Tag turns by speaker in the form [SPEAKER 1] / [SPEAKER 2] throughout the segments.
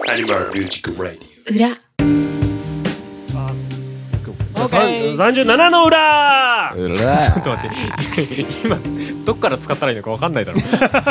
[SPEAKER 1] アニマルミュージックラディ
[SPEAKER 2] 裏。
[SPEAKER 3] 37の裏
[SPEAKER 4] うら
[SPEAKER 5] ちょっと待って今どっから使ったらいいのか分かんないだろ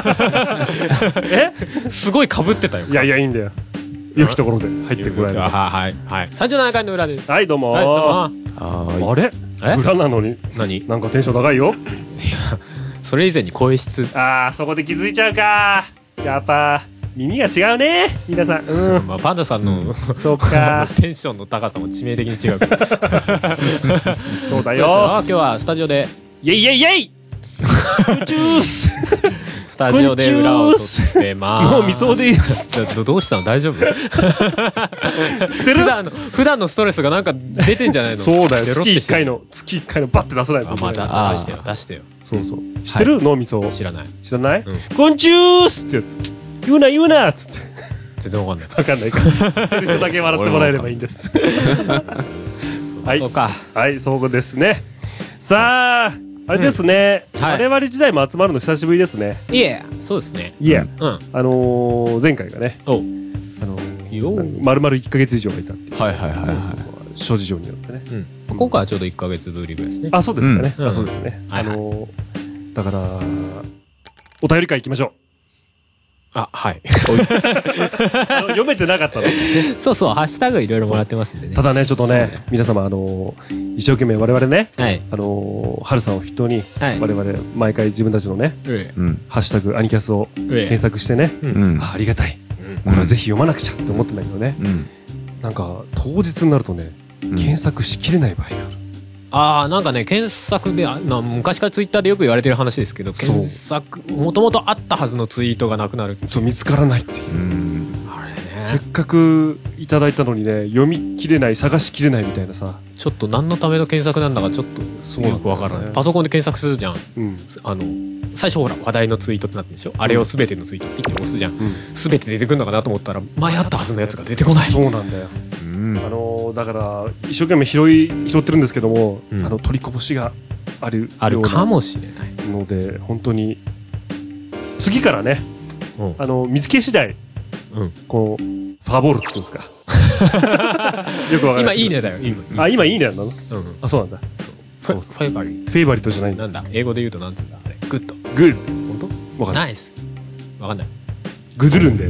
[SPEAKER 5] すごい被ってたよ。
[SPEAKER 3] いやいやいいんだよ。良きところで入ってこられる。
[SPEAKER 5] はいはい37回の裏です。
[SPEAKER 3] はいどうも
[SPEAKER 5] はいどうも。
[SPEAKER 3] あれ
[SPEAKER 5] え
[SPEAKER 3] 裏なのに
[SPEAKER 5] 何
[SPEAKER 3] なんかテンション高いよ。
[SPEAKER 5] それ以前に声質
[SPEAKER 3] あーそこで気づいちゃうか。やっぱ耳が違うね皆さん。
[SPEAKER 5] まあパンダさんの
[SPEAKER 3] そうか
[SPEAKER 5] テンションの高さも致命的に違うから
[SPEAKER 3] そうだ
[SPEAKER 5] よ
[SPEAKER 3] よ。
[SPEAKER 5] 今日はスタジオで
[SPEAKER 3] イェイイェイイェイチュース
[SPEAKER 5] スタジオで裏を撮ってます。
[SPEAKER 3] もう見そうです
[SPEAKER 5] どうしたの大丈夫？
[SPEAKER 3] 知ってる？
[SPEAKER 5] 普段のストレスがなんか出てんじゃないの？
[SPEAKER 3] そうだよ。
[SPEAKER 5] デロ
[SPEAKER 3] 月1
[SPEAKER 5] ってしてる
[SPEAKER 3] 回のバッて出さないと
[SPEAKER 5] あ、
[SPEAKER 3] いけない。
[SPEAKER 5] また出してよ出してよ。
[SPEAKER 3] そうそう。知ってる？脳みそ
[SPEAKER 5] 知らない。
[SPEAKER 3] 知らない？
[SPEAKER 5] うん
[SPEAKER 3] コンチュースってやつ。言うな言うなっつって。
[SPEAKER 5] 全然わかんない。
[SPEAKER 3] わかんないから。知ってる人だけ笑ってもらえればいいんです。はい
[SPEAKER 5] そうか。
[SPEAKER 3] はいそうですね。さああれですね。
[SPEAKER 5] はい
[SPEAKER 3] 我々時代も集まるの久しぶりですね。
[SPEAKER 5] いえ、そうですね。
[SPEAKER 3] いや
[SPEAKER 5] うん。
[SPEAKER 3] 前回がね
[SPEAKER 5] お、よ
[SPEAKER 3] 丸々1ヶ月以上がいたっていう。
[SPEAKER 4] はいはいはいはい
[SPEAKER 3] 諸事情によってね。
[SPEAKER 5] 今回はちょうど1ヶ月ぶりぐらいですね。
[SPEAKER 3] あそうですかね。
[SPEAKER 5] うん
[SPEAKER 3] あそうですね。
[SPEAKER 5] はいはい
[SPEAKER 3] だからお便り会行きましょう。
[SPEAKER 5] あ、はい。
[SPEAKER 3] 読めてなかったの。
[SPEAKER 5] そうそう、ハッシュタグいろいろもらってますんでね。
[SPEAKER 3] ただねちょっとね皆様一生懸命我々ね
[SPEAKER 5] はい。
[SPEAKER 3] 春さんを筆頭に
[SPEAKER 5] はい。
[SPEAKER 3] 我々毎回自分たちのね
[SPEAKER 4] うん
[SPEAKER 3] ハッシュタグアニキャスを検索してね
[SPEAKER 4] うん
[SPEAKER 3] ありがたいこれはぜひ読まなくちゃって思ってんだけどね
[SPEAKER 4] うん
[SPEAKER 3] なんか当日になるとね検索しきれない場合がある。
[SPEAKER 5] ああ、なんかね、検索で、昔からツイッターでよく言われてる話ですけど、
[SPEAKER 3] そう
[SPEAKER 5] 検索、もともとあったはずのツイートがなくなる。
[SPEAKER 3] そう見つからないっていう
[SPEAKER 4] うん
[SPEAKER 5] あれ
[SPEAKER 3] せっ
[SPEAKER 5] ね。
[SPEAKER 3] かくいただいたのにね読みきれない探しきれないみたいなさ。
[SPEAKER 5] ちょっと何のための検索なんだかちょっと
[SPEAKER 3] そうなんだよね
[SPEAKER 5] よくわからない。パソコンで検索するじゃん。
[SPEAKER 3] うん
[SPEAKER 5] 最初ほら話題のツイートってなってるでしょ、あれを全てのツイートピッて押すじゃん、
[SPEAKER 3] うん
[SPEAKER 5] 全て出てくるのかなと思ったら前あったはずのやつが出てこない。
[SPEAKER 3] そうなんだよ。
[SPEAKER 4] うん
[SPEAKER 3] だから一生懸命拾ってるんですけども
[SPEAKER 5] うん
[SPEAKER 3] 取りこぼしがある
[SPEAKER 5] ある
[SPEAKER 3] ような
[SPEAKER 5] かもしれない。
[SPEAKER 3] ので本当に次からね
[SPEAKER 5] うん
[SPEAKER 3] 見つけ次第
[SPEAKER 5] うん
[SPEAKER 3] こうファボールって言うんですかよくわかんない
[SPEAKER 5] 今いいねだよ今。
[SPEAKER 3] あ今いいねなの
[SPEAKER 5] うん。
[SPEAKER 3] あそうなんだ
[SPEAKER 5] ファイバリー。
[SPEAKER 3] フェイバリットじゃないんだ
[SPEAKER 5] なんだ英語で言うとなんつうんだあれ。グッド。
[SPEAKER 3] グッ
[SPEAKER 5] 本当？
[SPEAKER 3] わかんない
[SPEAKER 5] ナイス。わかんない。
[SPEAKER 3] グドゥルンで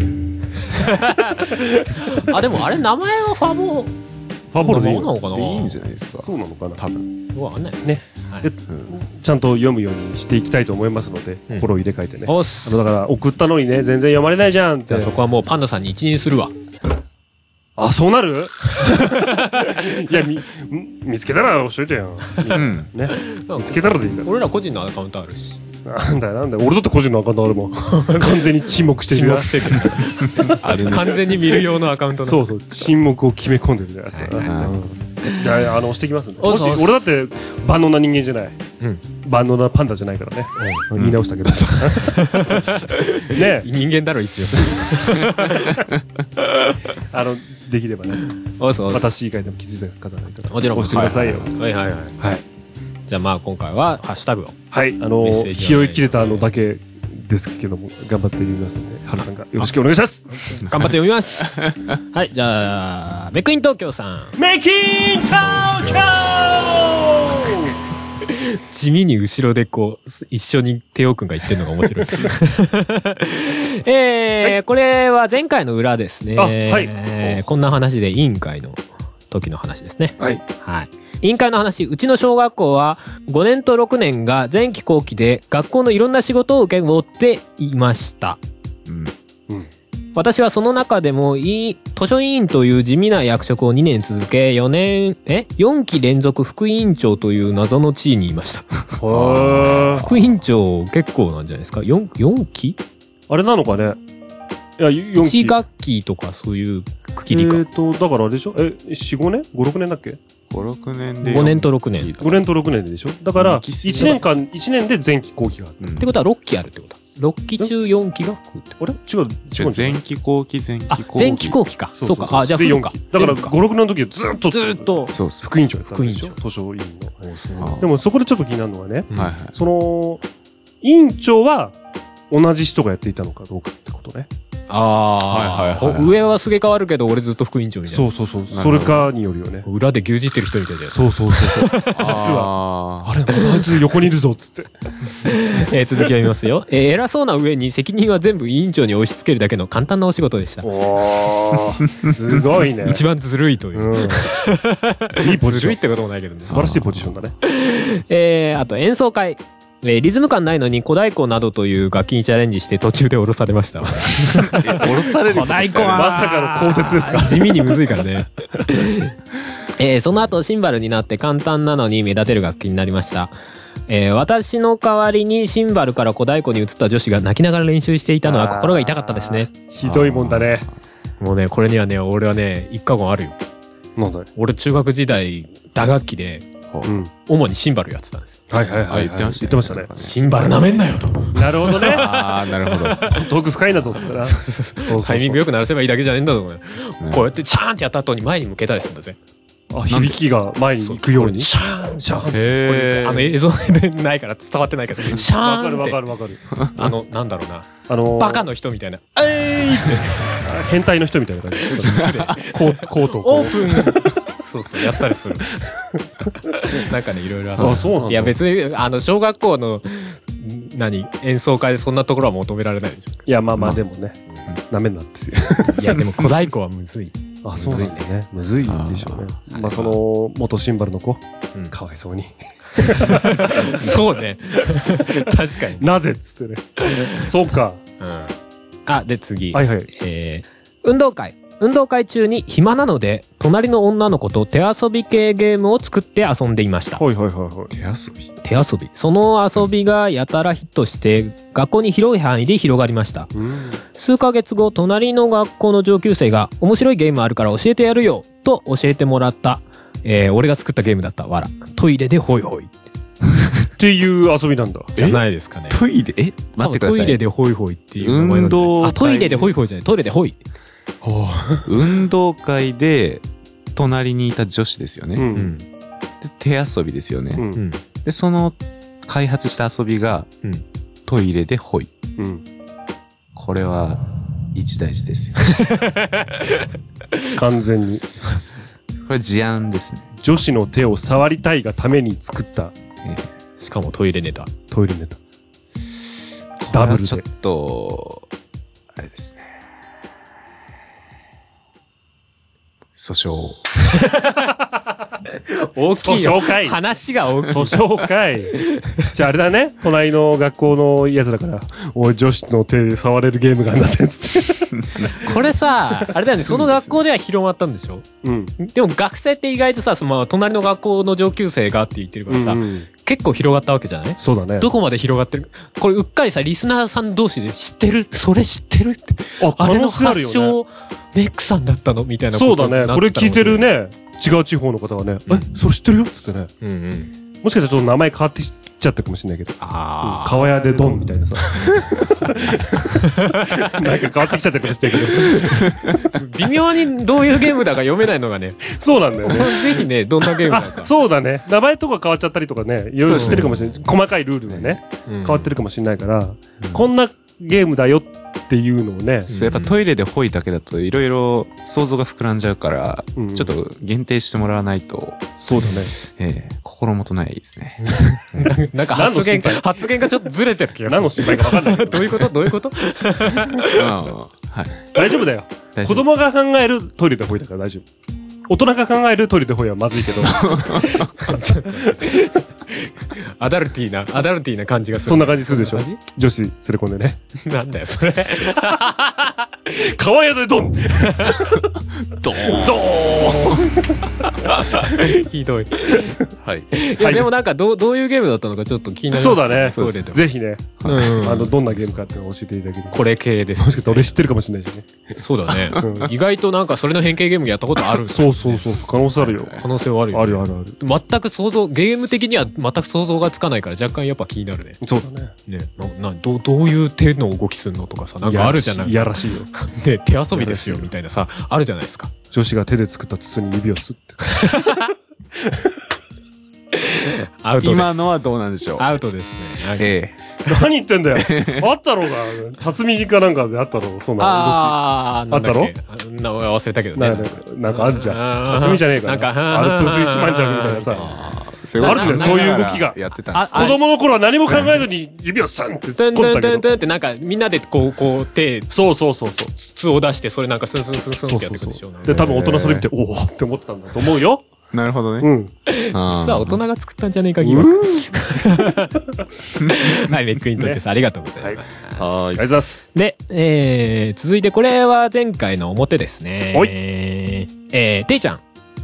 [SPEAKER 5] あ、でもあれ名前はファボ
[SPEAKER 3] ファボールでいいの
[SPEAKER 5] なのかな。
[SPEAKER 4] でいいんじゃないですか
[SPEAKER 3] そうなのかな
[SPEAKER 4] 多分
[SPEAKER 5] わかんないです
[SPEAKER 3] ね。
[SPEAKER 5] はい
[SPEAKER 3] でちゃんと読むようにしていきたいと思いますので
[SPEAKER 5] うん
[SPEAKER 3] 心を入れ替えてね
[SPEAKER 5] おっす。
[SPEAKER 3] だから送ったのにね全然読まれないじゃんって
[SPEAKER 5] じゃあそこはもうパンダさんに一任するわ。
[SPEAKER 3] あそうなるいや見つけたら教えてよ
[SPEAKER 4] うん
[SPEAKER 3] ね見つけたらでいいんだ
[SPEAKER 5] 俺ら個人のアカウントあるし。
[SPEAKER 3] なんだ俺だって個人のアカウントあるもん完全に沈黙してるやつ
[SPEAKER 5] してる。
[SPEAKER 4] あるね
[SPEAKER 5] 完全に見る用のアカウントだ。
[SPEAKER 3] そうそう沈黙を決め込んでるやつだなじゃあ押してきますんでもし俺だって万能な人間じゃない
[SPEAKER 5] うん
[SPEAKER 3] 万能なパンダじゃないからね言い直したけどね
[SPEAKER 5] 人間だろ一応。
[SPEAKER 3] できればね
[SPEAKER 5] おっすおっす。
[SPEAKER 3] 私以外でも気づいた方がいたら
[SPEAKER 5] もちろん
[SPEAKER 3] 押してくださいよ
[SPEAKER 5] はいはいはい。
[SPEAKER 3] はい
[SPEAKER 5] じゃあまあ今回はハッシュタグを。
[SPEAKER 3] はい
[SPEAKER 5] メッセージを
[SPEAKER 3] 拾いきれたのだけですけども頑張って読みますので春さんがよろしくお願いします
[SPEAKER 5] 頑張って読みます。はいじゃあメクイン東京さん。
[SPEAKER 3] メキン東京
[SPEAKER 5] 地味に後ろでこう一緒にテオくんが言ってるのが面白い。これは前回の裏ですね。
[SPEAKER 3] あはい
[SPEAKER 5] こんな話で委員会の時の話ですね。
[SPEAKER 3] はい
[SPEAKER 5] はい。委員会の話、うちの小学校は5年と6年が前期後期で学校のいろんな仕事を受け負っていました。
[SPEAKER 4] うん
[SPEAKER 5] 私はその中でも図書委員という地味な役職を2年続け、4期連続副委員長という謎の地位にいました。副委員長結構なんじゃないですか。4期
[SPEAKER 3] あれなのかねいや4
[SPEAKER 5] ?1
[SPEAKER 3] 期
[SPEAKER 5] 学期とかそういう区切りか。
[SPEAKER 3] だからあれでしょ4、5年 ?5、6年だっけ
[SPEAKER 4] 5、6年で
[SPEAKER 5] 5年と6年。
[SPEAKER 3] 5年と6年でしょだから
[SPEAKER 4] 期数
[SPEAKER 3] 1年間1年で前期後期がある
[SPEAKER 5] ってことは6期あるってこと ?6 期中4期が来るってこ
[SPEAKER 3] あれ違う
[SPEAKER 4] 前期後期前
[SPEAKER 5] とあ
[SPEAKER 4] 期後期
[SPEAKER 5] 前期後期か。そうか。あ、じゃあ
[SPEAKER 3] で
[SPEAKER 5] フルか
[SPEAKER 3] 4。期だから
[SPEAKER 5] 全部か
[SPEAKER 3] 5、6年の時はずっと
[SPEAKER 5] ずーっと
[SPEAKER 4] そうっす
[SPEAKER 3] 副委員長やったんでしょ
[SPEAKER 5] 副
[SPEAKER 3] 図書委員の
[SPEAKER 4] あ
[SPEAKER 3] でもそこでちょっと気になるのはね
[SPEAKER 5] うん
[SPEAKER 4] はいはい
[SPEAKER 3] その委員長は同じ人がやっていたのかどうかってことね
[SPEAKER 5] ああ、上はすげ替わるけど俺ずっと副委員長みたいな。
[SPEAKER 3] そうそれかによるよね。
[SPEAKER 5] 裏で牛耳ってる人みたいだよ。
[SPEAKER 3] そう実はあれまだあいつ横にいるぞっつって
[SPEAKER 5] 続きを見ますよ。偉そうな上に責任は全部委員長に押し付けるだけの簡単なお仕事でした。
[SPEAKER 3] おーすごいね。
[SPEAKER 5] 一番ずるいという、
[SPEAKER 3] いいポジション。
[SPEAKER 5] ずるいってこともないけどね。
[SPEAKER 3] 素晴らしいポジションだね。
[SPEAKER 5] あと演奏会、リズム感ないのに小太鼓などという楽器にチャレンジして途中で降ろされました。
[SPEAKER 4] 降ろされる
[SPEAKER 5] 小太鼓は
[SPEAKER 3] まさかの鋼鉄ですか。
[SPEAKER 5] 地味にむずいからね。その後シンバルになって簡単なのに目立てる楽器になりました。私の代わりにシンバルから小太鼓に移った女子が泣きながら練習していたのは心が痛かったですね。
[SPEAKER 3] ひどいもんだね。
[SPEAKER 5] もうね、これにはね、俺はね、一過言あるよ。
[SPEAKER 3] なんだい。
[SPEAKER 5] 俺中学時代打楽器で主にシンバルやってたんです。
[SPEAKER 3] はい言ってましたね。
[SPEAKER 5] シンバルなめんなよと。
[SPEAKER 3] なるほどね。
[SPEAKER 4] ああ、なるほど。
[SPEAKER 3] 遠く深いんだぞってな。
[SPEAKER 5] タイミングよく鳴らせばいいだけじゃねえんだぞ。こうやってチャーンってやった後に前に向けたりするんだぜ。
[SPEAKER 3] 響きが前に行くように。
[SPEAKER 5] シャーンシャーン。
[SPEAKER 4] へ
[SPEAKER 5] これ映像でないから伝わってないけど、シャーンって。
[SPEAKER 3] わかる。
[SPEAKER 5] なんだろうな。バカの人みたいな。
[SPEAKER 3] 変態の人みたいな感じ。
[SPEAKER 5] 失礼。
[SPEAKER 3] コート
[SPEAKER 5] オープン。そうやったりする。なんかね、いろいろある。
[SPEAKER 3] あ、そうなんだ。
[SPEAKER 5] いや別に小学校の演奏会でそんなところは求められないでしょ。
[SPEAKER 3] いやまあでもね、なめんなっていう。
[SPEAKER 5] いやでも小太鼓はむずい。
[SPEAKER 3] あ、そうなんだね。むずいんでしょうね。まあその元シンバルの子、かわいそうに。
[SPEAKER 5] そうね。確かに。
[SPEAKER 3] なぜっつってね。そうか。
[SPEAKER 5] で次。
[SPEAKER 3] はい。
[SPEAKER 5] 運動会中に暇なので隣の女の子と手遊び系ゲームを作って遊んでいました。
[SPEAKER 3] はい。
[SPEAKER 5] 手遊び。その遊びがやたらヒットして学校に広い範囲で広がりました。数ヶ月後、隣の学校の上級生が面白いゲームあるから教えてやるよと教えてもらった、俺が作ったゲームだった。わら。トイレでホイホイ
[SPEAKER 3] っていう遊びなんだ。
[SPEAKER 5] じゃないですかね。
[SPEAKER 4] トイレ待ってください。
[SPEAKER 5] トイレでホイホイっていう名前なんですね。トイレでホイホイじゃない。トイレでホイ。
[SPEAKER 4] 運動会で隣にいた女子ですよね。で手遊びですよね。でその開発した遊びがトイレでホイ。これは一大事ですよ。
[SPEAKER 3] 完全に。
[SPEAKER 4] これ事案ですね。
[SPEAKER 3] 女子の手を触りたいがために作った。
[SPEAKER 5] しかもトイレネタ。
[SPEAKER 3] ダブルで。
[SPEAKER 4] ちょっとあれですね。訴訟。
[SPEAKER 5] 大きいよ。
[SPEAKER 3] 訴訟会。
[SPEAKER 5] 話が大きい。
[SPEAKER 3] 訴訟会。じゃああれだね。隣の学校のやつだから、おい女子の手で触れるゲームがあんだぜっつって。
[SPEAKER 5] これさ、あれだよね。その学校では広まったんでしょ。でも学生って意外とさ、隣の学校の上級生がって言ってるからさ、結構広がったわけじゃない？
[SPEAKER 3] そうだね。
[SPEAKER 5] どこまで広がってる？これうっかりさ、リスナーさん同士で知ってる？それ知ってるって。あれの発祥メックさんだったのみたいなことになってた。
[SPEAKER 3] そうだね。これ聞いてるね。違う地方の方はね、それ知ってるよっつってね。もしかしたらちょっと名前変わってきちゃったかもしれないけど。川屋でドンみたいなさ。なんか変わってきちゃったかもしれないけど。
[SPEAKER 5] 微妙にどういうゲームだか読めないのがね。
[SPEAKER 3] そうなんだよね。
[SPEAKER 5] ぜひね、どんなゲームだか。
[SPEAKER 3] そうだね。名前とか変わっちゃったりとかね、いろいろ知ってるかもしれない。細かいルールがね、変わってるかもしれないから、こんなゲームだよっていうのをね。
[SPEAKER 4] やっぱトイレでホイだけだといろいろ想像が膨らんじゃうから、ちょっと限定してもらわないと。
[SPEAKER 3] そうだね。
[SPEAKER 4] 心もとないですね。
[SPEAKER 5] なんか発言がちょっとずれてる気がする。
[SPEAKER 3] 何の心配か分かんない。
[SPEAKER 5] どういうこと
[SPEAKER 3] 大丈夫だよ。子供が考えるトイレでホイだから大丈夫。大人が考えるトイレでホイはまずいけど。
[SPEAKER 5] アダルティーな感じがする。
[SPEAKER 3] そんな感じするでしょ。女子連れ込んでね。
[SPEAKER 5] なんだよそれ。
[SPEAKER 3] 川屋でドン。ド
[SPEAKER 5] ーン。ひどい。
[SPEAKER 4] はい。
[SPEAKER 5] いやでもなんかどういうゲームだったのかちょっと気になります。
[SPEAKER 3] そうだね。ぜひね。どんなゲームかっていうのを教えていただける。
[SPEAKER 5] これ系です。
[SPEAKER 3] もしかして俺知ってるかもしれないしね。
[SPEAKER 5] そうだね。意外となんかそれの変形ゲームやったことある。
[SPEAKER 3] そう。可能性あるよ。
[SPEAKER 5] 可能性はあるよ。
[SPEAKER 3] ある。
[SPEAKER 5] 全くゲーム的には全く想像がつかないから若干やっぱ気になるね。
[SPEAKER 3] そうだね。
[SPEAKER 5] どういう手の動きするのとかさ、なんかあるじゃない。
[SPEAKER 3] いやらしいよ。
[SPEAKER 5] で手遊びですよみたいなさ、あるじゃないですか。
[SPEAKER 3] 女子が手で作った筒に指をすって。
[SPEAKER 5] アウトです。
[SPEAKER 4] 今のはどうなんでしょう。
[SPEAKER 5] アウトですね。
[SPEAKER 3] 何言ってんだよ。あったろうが。茶摘みかなんかであったろう。そんな動き。あったろ？
[SPEAKER 5] 忘れたけどね。
[SPEAKER 3] なんかあるじゃん。茶摘みじゃねえか。なんか、アルプス一万尺みたいなさ。あるね、そういう動きが。子供の頃は何も考えずに指をスンって突っ込んだけど。
[SPEAKER 5] ってなんかみんなでこう手、
[SPEAKER 3] そう。
[SPEAKER 5] 筒を出してそれなんかスンスンってやってくるでしょ。
[SPEAKER 3] で、多分大人それ見て、おおって思ってたんだと思うよ。
[SPEAKER 4] なるほどね。
[SPEAKER 5] 実は大人が作ったんじゃねえか疑惑。はい、メックイントです。ありがとうございます。
[SPEAKER 3] ありがとうございます。
[SPEAKER 5] で、続いてこれは前回の表ですね。テイちゃん。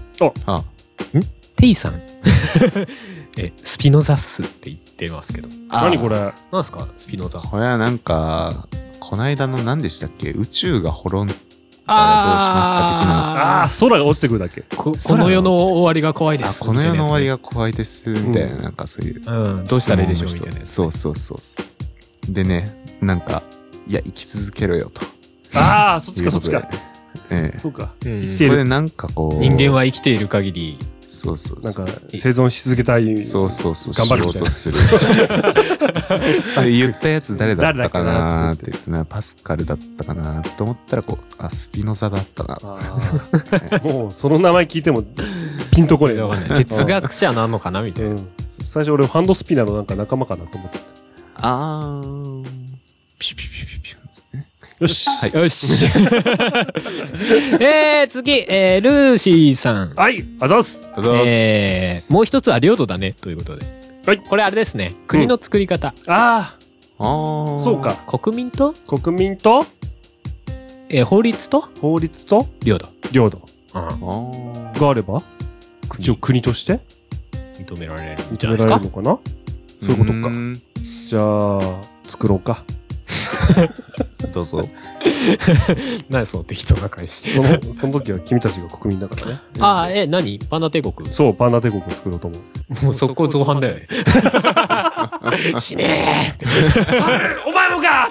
[SPEAKER 5] テイさん。スピノザスって言ってますけど。
[SPEAKER 3] 何これ？
[SPEAKER 5] なんすかスピノザ。
[SPEAKER 4] これはなんか、この間の何でしたっけ？宇宙が滅んだらどうしますか的な。
[SPEAKER 3] 空が落ちてくるだけ。
[SPEAKER 5] この世の終わりが怖いです。
[SPEAKER 4] この世の終わりが怖いです。みたいな、なんかそういう。
[SPEAKER 5] どうしたらいいでしょうみたいな。
[SPEAKER 4] そう。でね、なんか、いや、生き続けろよと。
[SPEAKER 3] そっちか。そうか。
[SPEAKER 4] これなんかこう。
[SPEAKER 5] 人間は生きている限り。
[SPEAKER 4] そう。
[SPEAKER 3] なんか、生存し続けたい。
[SPEAKER 4] そう。
[SPEAKER 3] 頑張るみたいな。
[SPEAKER 4] それ言ったやつ誰だったかなーってパスカルだったかなと思ったらスピノザだったな。
[SPEAKER 3] もう、その名前聞いても、ピンとこねえ。
[SPEAKER 5] 哲学者なのかなみたいな。
[SPEAKER 3] 最初俺、ハンドスピナーのなんか仲間かなと思ってた。
[SPEAKER 4] ピュピュピュピュピュンですね。
[SPEAKER 3] よし。
[SPEAKER 5] よし。次、ルーシーさん。
[SPEAKER 3] はい、あざっす。
[SPEAKER 5] もう一つは領土だね、ということで。
[SPEAKER 3] はい。
[SPEAKER 5] これあれですね。国の作り方。
[SPEAKER 3] そうか。
[SPEAKER 5] 国民と法律と領土。
[SPEAKER 3] があれば一応国として
[SPEAKER 5] 認められるん
[SPEAKER 3] じゃないですか。のかな？そういうことか。じゃあ、作ろうか。
[SPEAKER 4] どうぞ。
[SPEAKER 5] 何その適当な返し。
[SPEAKER 3] その時は君たちが国民だからね。
[SPEAKER 5] 何パンダ帝国？
[SPEAKER 3] そう、パンダ帝国を作ろうと思う。
[SPEAKER 5] もうそこ造反だよね。死ねー
[SPEAKER 3] お前もか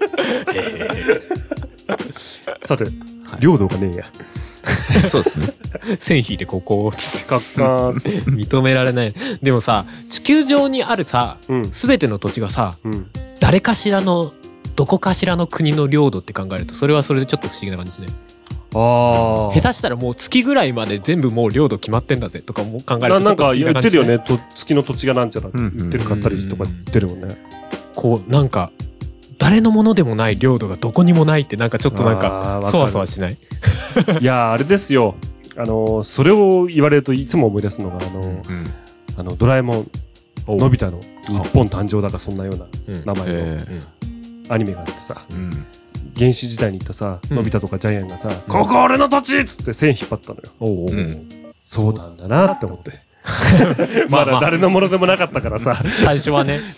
[SPEAKER 3] さて、領土がねえや。
[SPEAKER 4] そうですね。
[SPEAKER 5] 線引いてここつって。
[SPEAKER 3] カッカーン
[SPEAKER 5] 認められない。でもさ、地球上にあるさ、すべての土地がさ、誰かしらの、どこかしらの国の領土って考えると、それはそれでちょっと不思議な感じですね。下手したらもう月ぐらいまで全部もう領土決まってんだぜとかも考えると
[SPEAKER 3] なんか言ってるよね。月の土地がなんちゃらって言ってるかったりとか言ってるもんね。
[SPEAKER 5] なんか誰のものでもない領土がどこにもないってなんかちょっとなんかそわそわしない？
[SPEAKER 3] いやあれですよ。それを言われるといつも思い出すのがドラえもんのび太の日本誕生だかそんなような名前のアニメがあってさ。原始時代に行ったさ、のび太とかジャイアンがさ、ここ俺の土地っつって線引っ張ったのよ。そうなんだなって思って。まだ誰のものでもなかったからさ。
[SPEAKER 5] 最初はね。
[SPEAKER 3] ね。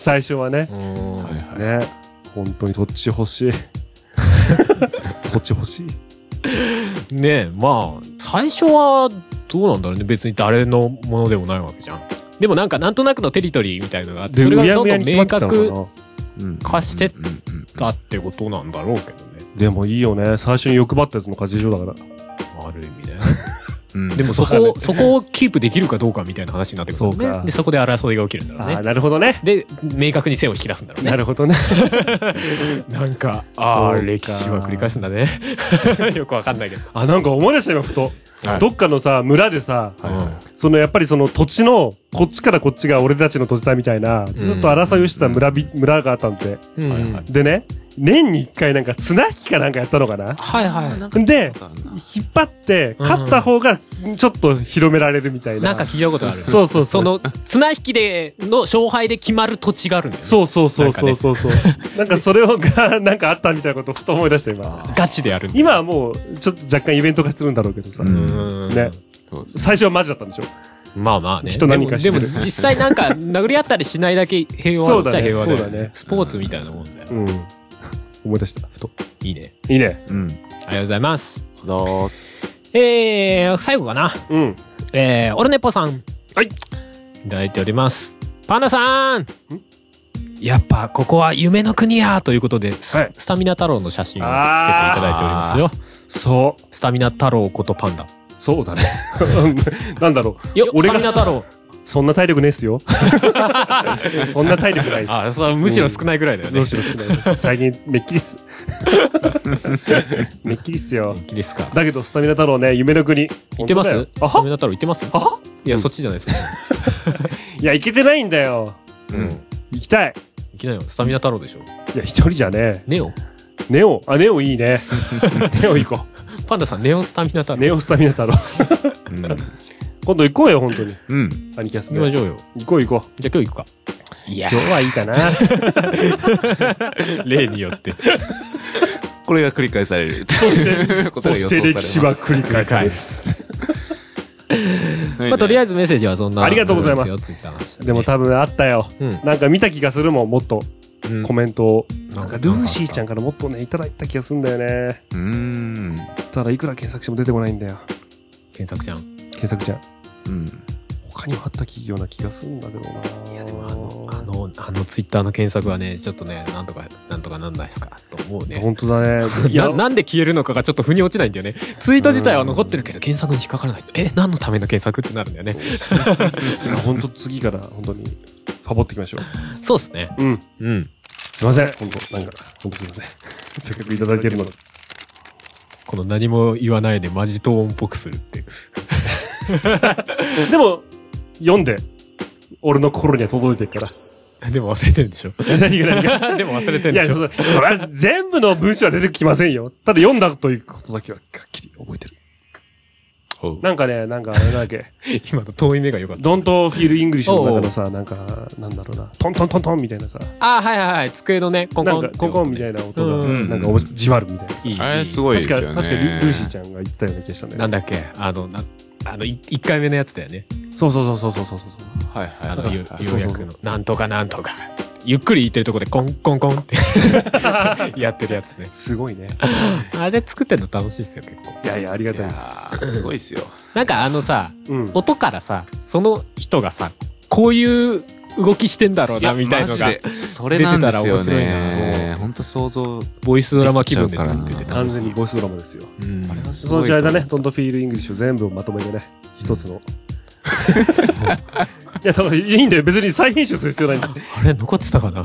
[SPEAKER 3] 本当に土地欲しい。土地欲しい。
[SPEAKER 5] ねえ、まあ、最初はどうなんだろうね。別に誰のものでもないわけじゃん。でもなんかなんとなくのテリトリーみたいなのがあって、それがどんどん明確化してったってことなんだろうけどね。
[SPEAKER 3] でもいいよね。最初に欲張ったやつの勝ち上だから。
[SPEAKER 5] ある意味ね。でもそこをキープできるかどうかみたいな話になってくるんだね。で、そこで争いが起きるんだろうね。
[SPEAKER 3] なるほどね。
[SPEAKER 5] で、明確に線を引き出すんだろうね。
[SPEAKER 3] なるほどね。
[SPEAKER 5] なんか、歴史は繰り返すんだね。よくわかんないけど。
[SPEAKER 3] なんか思い出した今ふと。どっかのさ、村でさ、やっぱりその土地の、こっちからこっちが俺たちの土地だみたいな、ずっと争いをしてた村があったんで。でね、年に一回なんか綱引きかなんかやったのかな。で、引っ張って、勝った方がちょっと広められるみたいな。
[SPEAKER 5] なんか聞いたことある。
[SPEAKER 3] そう。
[SPEAKER 5] その、綱引きでの勝敗で決まる土地があるんだよね。
[SPEAKER 3] そう。なんかそれが、なんかあったみたいなことをふと思い出した今。
[SPEAKER 5] ガチでやる。
[SPEAKER 3] 今はもう、ちょっと若干イベント化するんだろうけどさ。ね。最初はマジだったんでしょ。
[SPEAKER 5] まあね。
[SPEAKER 3] 人何かしてる。
[SPEAKER 5] でも実際なんか殴り合ったりしないだけ平和っちゃ平和だよね。スポーツみたいなもんだよ。
[SPEAKER 3] 思い出した。ふと。
[SPEAKER 5] いいね。
[SPEAKER 3] ありがと
[SPEAKER 5] うございます。
[SPEAKER 4] 最
[SPEAKER 5] 後かな。オルネポさん。
[SPEAKER 3] はい。
[SPEAKER 5] いただいております。パンダさん。やっぱここは夢の国やということで、スタミナ太郎の写真をつけていただいておりますよ。
[SPEAKER 3] そう。
[SPEAKER 5] スタミナ太郎ことパンダ。
[SPEAKER 3] そうだね。なんだろう。
[SPEAKER 5] スタミナ太郎。
[SPEAKER 3] そんな体力ねえっすよ。そんな体力ないっす。
[SPEAKER 5] あ、そう、むしろ少ないぐらいだよね。
[SPEAKER 3] むしろ少ない。最近めっきりっす。めっきりっすよ。
[SPEAKER 5] めっきりっすか。
[SPEAKER 3] だけどスタミナ太郎ね、夢の国。
[SPEAKER 5] 行ってます？スタミナ太郎行ってます？
[SPEAKER 3] あ？
[SPEAKER 5] いや、そっちじゃないですよ。
[SPEAKER 3] いや、行けてないんだよ。行きたい。
[SPEAKER 5] 行きなよ。スタミナ太郎でしょ。
[SPEAKER 3] いや、一人じゃねえ。
[SPEAKER 5] ネオ？
[SPEAKER 3] ネオいいね。ネオ行こ
[SPEAKER 5] う。パンダさん、ネオスタミナ太郎。
[SPEAKER 3] ネオスタミナ太郎。今度行こうよ、本当に。兄貴やすね。
[SPEAKER 5] 行きましょうよ。
[SPEAKER 3] 行こう。じゃあ
[SPEAKER 5] 今日行くか。
[SPEAKER 3] いや、今日はいいかな。
[SPEAKER 5] 例によって。
[SPEAKER 4] これが繰り返される。
[SPEAKER 3] そして歴史は繰り返される。
[SPEAKER 5] まあとりあえずメッセージはそんな。
[SPEAKER 3] ありがとうございます。でも多分あったよ。なんか見た気がするもん、もっとコメントを。なんかルーシーちゃんからもっとねいただいた気がするんだよね。ただいくら検索しても出てこないんだよ。
[SPEAKER 5] 検索じゃん。
[SPEAKER 3] 他にもあったような気がするんだけどな。
[SPEAKER 5] いやでもあのツイッターの検索はねちょっとねなんとかなんないですかと思うね。
[SPEAKER 3] 本当だね。
[SPEAKER 5] なんで消えるのかがちょっと腑に落ちないんだよね。ツイート自体は残ってるけど検索に引っかからない。何のための検索ってなるんだよね。
[SPEAKER 3] 本当次から本当にファボっていきましょう。
[SPEAKER 5] そうですね。
[SPEAKER 3] すいません。本当すいません。せっかくいただいてるので。
[SPEAKER 5] この何も言わないでマジトーンっぽくするっていう。
[SPEAKER 3] でも読んで俺の心には届いてるから。
[SPEAKER 5] でも忘れてるんでしょ。
[SPEAKER 3] 何が
[SPEAKER 5] でも忘れてるんでしょ。
[SPEAKER 3] いや、それは全部の文章は出てきませんよ。ただ読んだということだけははっきり覚えてる。なんかね、なんだっけ。
[SPEAKER 5] 今の遠い目が良かった。
[SPEAKER 3] Don't feel English の中のさ、なんか、なんだろうな。トントントントンみたいなさ。
[SPEAKER 5] はい。机のね、コンコン。
[SPEAKER 3] なんかコンコンみたいな音が、なんかじわるみたいな。
[SPEAKER 4] あれすごいですよね。
[SPEAKER 3] 確かルーシーちゃんが言ったような気がしたね。
[SPEAKER 5] なんだっけ1回目のやつだよね。
[SPEAKER 3] そう。
[SPEAKER 4] はい。
[SPEAKER 5] ようやくの。なんとか。ゆっくり言ってるとこでコンコンコンってやってるやつね。
[SPEAKER 3] すごいね。
[SPEAKER 5] あれ作ってんの楽しいですよ、結構。
[SPEAKER 3] いや、ありがたいです。
[SPEAKER 4] すごいですよ。
[SPEAKER 5] なんかさ、音からさ、その人がさ、こういう動きしてんだろうな、みたいのが。
[SPEAKER 4] それなんですよね。ほんと想像。
[SPEAKER 5] ボイスドラマ気分で作ってて。
[SPEAKER 3] 完全にボイスドラマですよ。
[SPEAKER 4] あれはす
[SPEAKER 3] ごい。そのうちあれだね、Don't Feel English 全部をまとめてね、一つの。いや、だからいいんだよ。別に再編集する必要ないんだ。
[SPEAKER 5] あれ残ってたかな。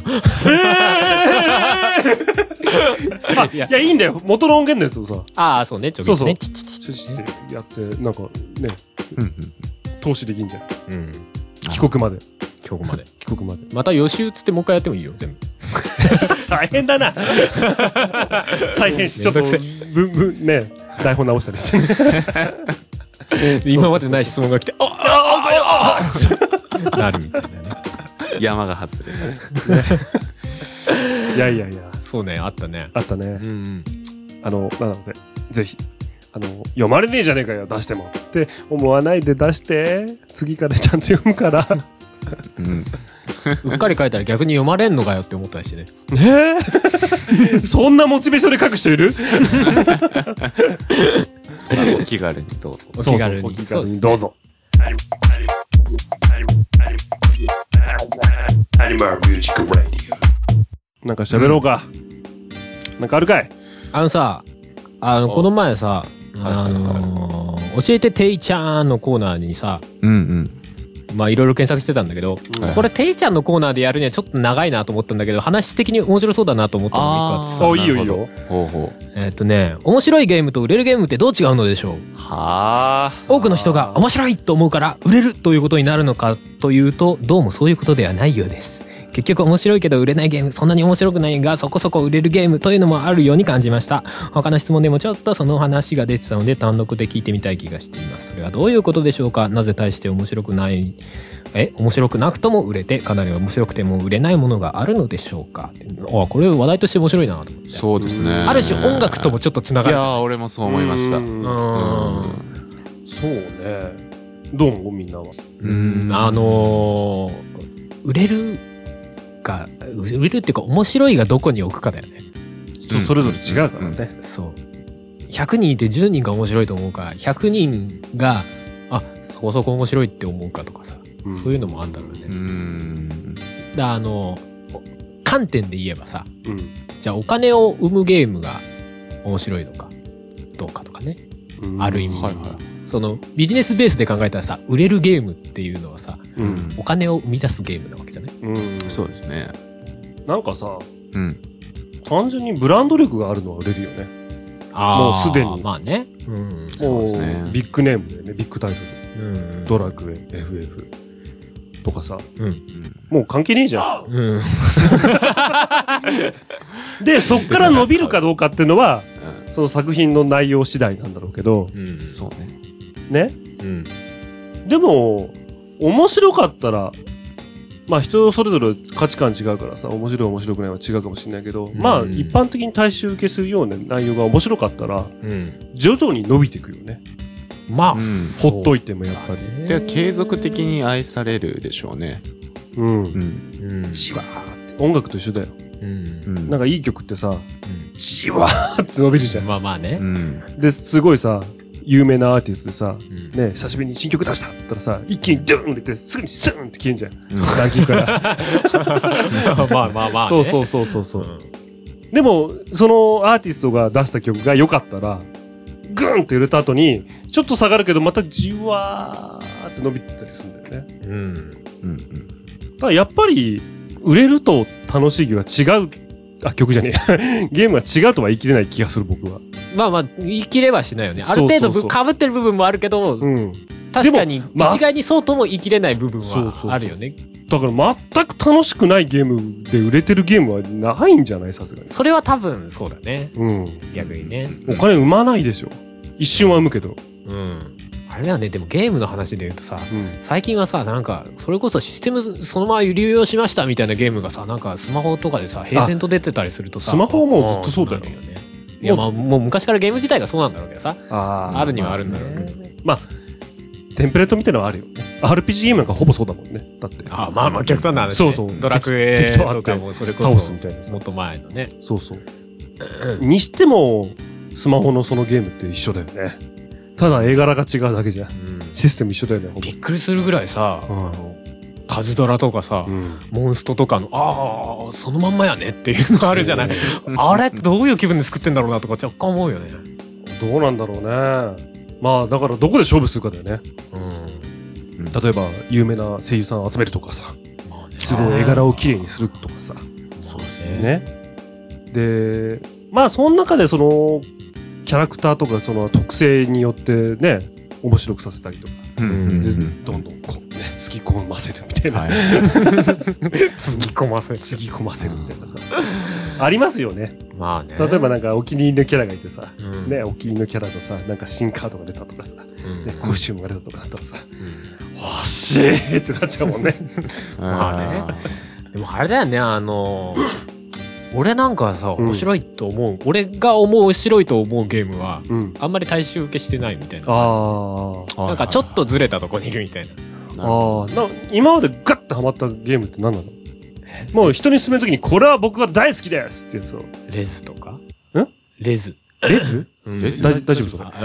[SPEAKER 3] いや、いいんだよ。元の音源のやつを
[SPEAKER 5] さ。そうね、ちょっとね。
[SPEAKER 3] チチってやって、なんかね、投資できんじゃん。帰国まで。
[SPEAKER 5] また予習つってもう一回やってもいいよ、全部。
[SPEAKER 3] 大変だな。再編集。ちょっと、ね、台本直したりして。
[SPEAKER 5] 今までない質問が来て、なるみたいなね。
[SPEAKER 4] 山が外れる。
[SPEAKER 3] いや。
[SPEAKER 5] そうね、あったね。
[SPEAKER 3] なので、ぜひ、読まれねえじゃねえかよ、出しても。って思わないで出して、次からちゃんと読むから。
[SPEAKER 5] うっかり書いたら逆に読まれんのかよって思ったりしてね。
[SPEAKER 3] そんなモチベーションで書く人いる？
[SPEAKER 4] お気軽にどうぞ。
[SPEAKER 5] お気軽に
[SPEAKER 3] どうぞ。なんか喋ろうか。なんかあるかい？
[SPEAKER 5] さ、この前さ、教えてていちゃんのコーナーにさ、まあいろいろ検索してたんだけど、これていちゃんのコーナーでやるにはちょっと長いなと思ったんだけど、話的に面白そうだなと思ったのが一個あってさ。
[SPEAKER 3] いいよ。
[SPEAKER 5] 面白いゲームと売れるゲームってどう違うのでしょう？多くの人が面白いと思うから売れるということになるのかというと、どうもそういうことではないようです。結局面白いけど売れないゲーム、そんなに面白くないがそこそこ売れるゲームというのもあるように感じました。他の質問でもちょっとその話が出てたので単独で聞いてみたい気がしています。それはどういうことでしょうか？なぜ対して面白くなくとも売れて、かなり面白くても売れないものがあるのでしょうか？これ話題として面白いなと思って。
[SPEAKER 4] そうですね。
[SPEAKER 5] ある種音楽ともちょっとつながる。
[SPEAKER 4] いや俺もそう思いました。
[SPEAKER 3] そうね。どうもみんなは。
[SPEAKER 5] 売れるっていうか面白いがどこに置くかだよね。
[SPEAKER 3] それぞれ違うからね。
[SPEAKER 5] そう。100人いて10人が面白いと思うか、100人がそこそこ面白いって思うかとかさ、そういうのもあるんだろうね。観点で言えばさ、じゃあお金を生むゲームが面白いのかどうかとかね。ある意味、 そのビジネスベースで考えたらさ、売れるゲームっていうのはさ、お金を生み出すゲームなわけじゃない？
[SPEAKER 4] そうですね。
[SPEAKER 3] なんかさ、単純にブランド力があるのは売れるよね。もうすでに。
[SPEAKER 5] まあね。
[SPEAKER 3] もうビッグネームでね、ビッグタイトル。ドラクエ、FF とかさ、もう関係ねえじゃん。で、そっから伸びるかどうかっていうのは、その作品の内容次第なんだろうけど、
[SPEAKER 4] そうね。
[SPEAKER 3] ね。でも、面白かったら、まあ人それぞれ価値観違うからさ、面白い面白くないは違うかもしれないけど、まあ一般的に大衆受けするような内容が面白かったら、徐々に伸びていくよね。
[SPEAKER 5] まあ、
[SPEAKER 3] ほっといてもやっぱり。
[SPEAKER 4] じゃあ継続的に愛されるでしょうね。
[SPEAKER 3] じわーって。音楽と一緒だよ。なんかいい曲ってさ、じわーって伸びるじゃん。
[SPEAKER 5] まあまあね。
[SPEAKER 3] で、すごいさ、有名なアーティストでさ、ね、久しぶりに新曲出したって言ったらさ、一気にドゥーンってすぐにスーンって消えんじゃん。ランキングから。
[SPEAKER 5] まあまあまあ。
[SPEAKER 3] そう。でも、そのアーティストが出した曲が良かったら、グーンって売れた後に、ちょっと下がるけど、またじわーって伸びてたりするんだよね。だからやっぱり、売れると楽しい曲は違う、曲じゃねえ。ゲームは違うとは言い切れない気がする、僕は。
[SPEAKER 5] まあまあ、言い切れはしないよね。ある程度被ってる部分もあるけど、確かに一概にそうとも言い切れない部分はあるよね。
[SPEAKER 3] だから全く楽しくないゲームで売れてるゲームはないんじゃない？さすがに。
[SPEAKER 5] それは多分そうだね。逆にね。
[SPEAKER 3] お金生まないでしょ。一瞬は生むけど。
[SPEAKER 5] あれだよね。でもゲームの話で言うとさ、最近はさ、なんかそれこそシステムそのまま流用しましたみたいなゲームがさ、なんかスマホとかでさ、平然と出てたりするとさ、
[SPEAKER 3] スマホはもうずっとそうだよ。
[SPEAKER 5] いやまあもう昔からゲーム自体がそうなんだろうけどさ、あるにはあるんだろうけど、
[SPEAKER 3] まあテンプレートみたいなのはあるよね。RPG ゲームなんかほぼそうだもんね。だって。
[SPEAKER 5] まあまあ極端な話ね。
[SPEAKER 3] そうそう。
[SPEAKER 5] ドラクエとかもそれこそ
[SPEAKER 3] 倒すみたいな。
[SPEAKER 5] もっと前のね。
[SPEAKER 3] そうそう。にしてもスマホのそのゲームって一緒だよね。ただ絵柄が違うだけじゃん。システム一緒だよね。
[SPEAKER 5] びっくりするぐらいさ、カズドラとかさ、モンストとかのそのまんまやねっていうのあるじゃない。あれってどういう気分で作ってんだろうなとか若干思うよね。
[SPEAKER 3] どうなんだろうね。まあだからどこで勝負するかだよね。例えば有名な声優さんを集めるとかさ、すごい絵柄をきれいにするとかさ。
[SPEAKER 5] そうですね。
[SPEAKER 3] で、まあその中でそのキャラクターとかその特性によってね、面白くさせたりとか、でどんどんこうね、つぎ込ませるみたいな。
[SPEAKER 5] つぎ込ませ
[SPEAKER 3] るみたいなさ。ありますよね。
[SPEAKER 5] まあね。
[SPEAKER 3] 例えばなんかお気に入りのキャラがいてさ、ね、お気に入りのキャラのさ、なんか新カードが出たとかさ、ね、コスチュームが出たとかだったらさ、欲しいってなっちゃうもんね。
[SPEAKER 5] まあね。でもあれだよね、俺なんかはさ、面白いと思う、俺が面白いと思うゲームは、あんまり大衆受けしてないみたいな。なんかちょっとずれたとこにいるみたいな。
[SPEAKER 3] 今までガッとハマったゲームって何なの？もう人に勧めるときに、これは僕は大好きですってやつを。
[SPEAKER 5] レズとか？
[SPEAKER 3] レズ大丈夫そうか。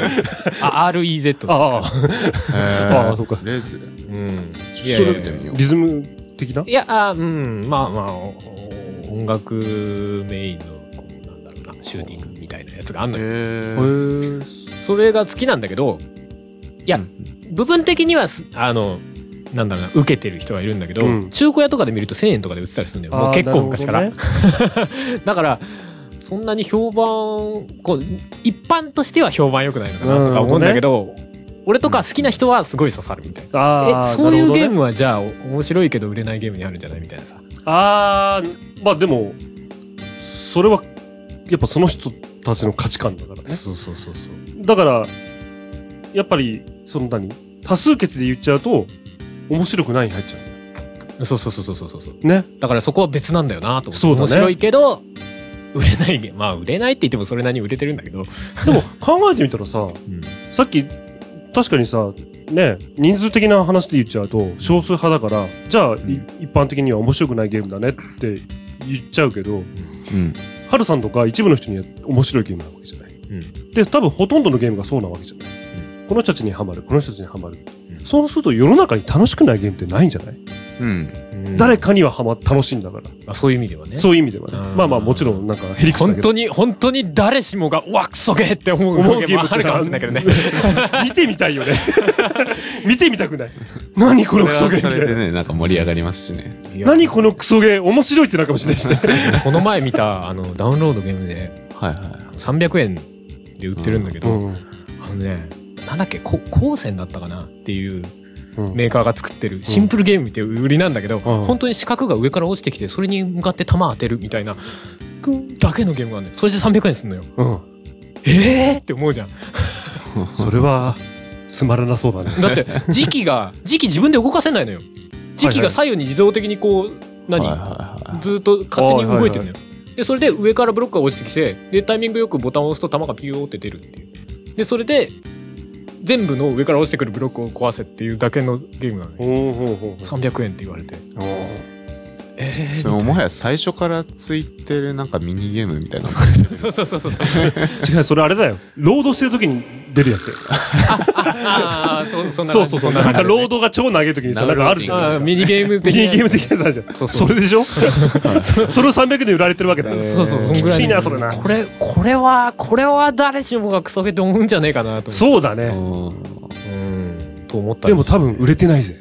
[SPEAKER 5] REZ と
[SPEAKER 3] か。そうか。
[SPEAKER 4] レズ。
[SPEAKER 3] リズム的な？
[SPEAKER 5] いや、まあまあ、音楽メインの、こう、なんだろうな、シューティングみたいなやつがあんのよ。それが好きなんだけど、いや、部分的には、なんだろうな、受けてる人がいるんだけど、中古屋とかで見ると1000円とかで売ってたりするんだよ。もう結構昔から。だから、そんなに評判、一般としては評判良くないのかなとか思うんだけど、俺とか好きな人はすごい刺さるみたいな。そういうゲームはじゃあ面白いけど売れないゲームにあるんじゃないみたいなさ。
[SPEAKER 3] まあでも、それは、やっぱその人たちの価値観だからね。
[SPEAKER 5] そう。
[SPEAKER 3] だから、やっぱり、多数決で言っちゃうと、面白くないに入っちゃう。
[SPEAKER 5] そう。
[SPEAKER 3] ね。
[SPEAKER 5] だからそこは別なんだよなと思って。そうだね。面白いけど、売れないゲーム。まあ売れないって言ってもそれなりに売れてるんだけど。
[SPEAKER 3] でも考えてみたらさ、さっき、確かにさ、ね、人数的な話で言っちゃうと少数派だから、じゃあ、一般的には面白くないゲームだねって言っちゃうけど、ハルさんとか一部の人には面白いゲームなわけじゃない。で、多分ほとんどのゲームがそうなわけじゃない。この人たちにハマる、この人たちにハマる。そうすると世の中に楽しくないゲームってないんじゃない？ 誰かには楽しいんだから。
[SPEAKER 5] そういう意味ではね。
[SPEAKER 3] そういう意味ではね。まあまあもちろんなんかヘリクスだけど。
[SPEAKER 5] 本当に誰しもが、うわ、クソゲーって思うゲームもあるかもしれないけどね。
[SPEAKER 3] 見てみたいよね。見てみたくない。何このクソゲーみたいな。
[SPEAKER 4] それでね、なんか盛り上がりますしね。
[SPEAKER 3] 何このクソゲー面白いってなるかもしれないしね。
[SPEAKER 5] この前見た、ダウンロードゲームで、300円で売ってるんだけど、なんだっけ、光線だったかなっていうメーカーが作ってるシンプルゲームっていう売りなんだけど、本当に四角が上から落ちてきて、それに向かって弾当てるみたいな、だけのゲームがあるんだよ。それで300円すんのよ。って思うじゃん。
[SPEAKER 3] それは、つまらなそうだね。
[SPEAKER 5] だって、磁気自分で動かせないのよ。磁気が左右に自動的にこう、ずっと勝手に動いてるのよ。で、それで上からブロックが落ちてきて、で、タイミングよくボタンを押すと弾がピューって出るっていう。で、それで、全部の上から落ちてくるブロックを壊せっていうだけのゲームなのね。300円って言われて。
[SPEAKER 4] それもはや最初からついてるなんかミニゲームみたいな。そう。
[SPEAKER 3] 違う、それあれだよ。ロードしてる時に出るやつだよ。
[SPEAKER 5] そんな感じ。
[SPEAKER 3] そう。なんかロードが超投げる時にさ、なんかあるじゃん。
[SPEAKER 5] ミニゲーム的なや
[SPEAKER 3] つあるじゃん。それでしょ。それを300円で売られてるわけだよ。
[SPEAKER 5] そう。そんぐらい。
[SPEAKER 3] きついな、それな。
[SPEAKER 5] これは誰しもがクソゲーって思うんじゃねえかなと。
[SPEAKER 3] そうだね。
[SPEAKER 5] と思った。
[SPEAKER 3] でも多分売れてないぜ。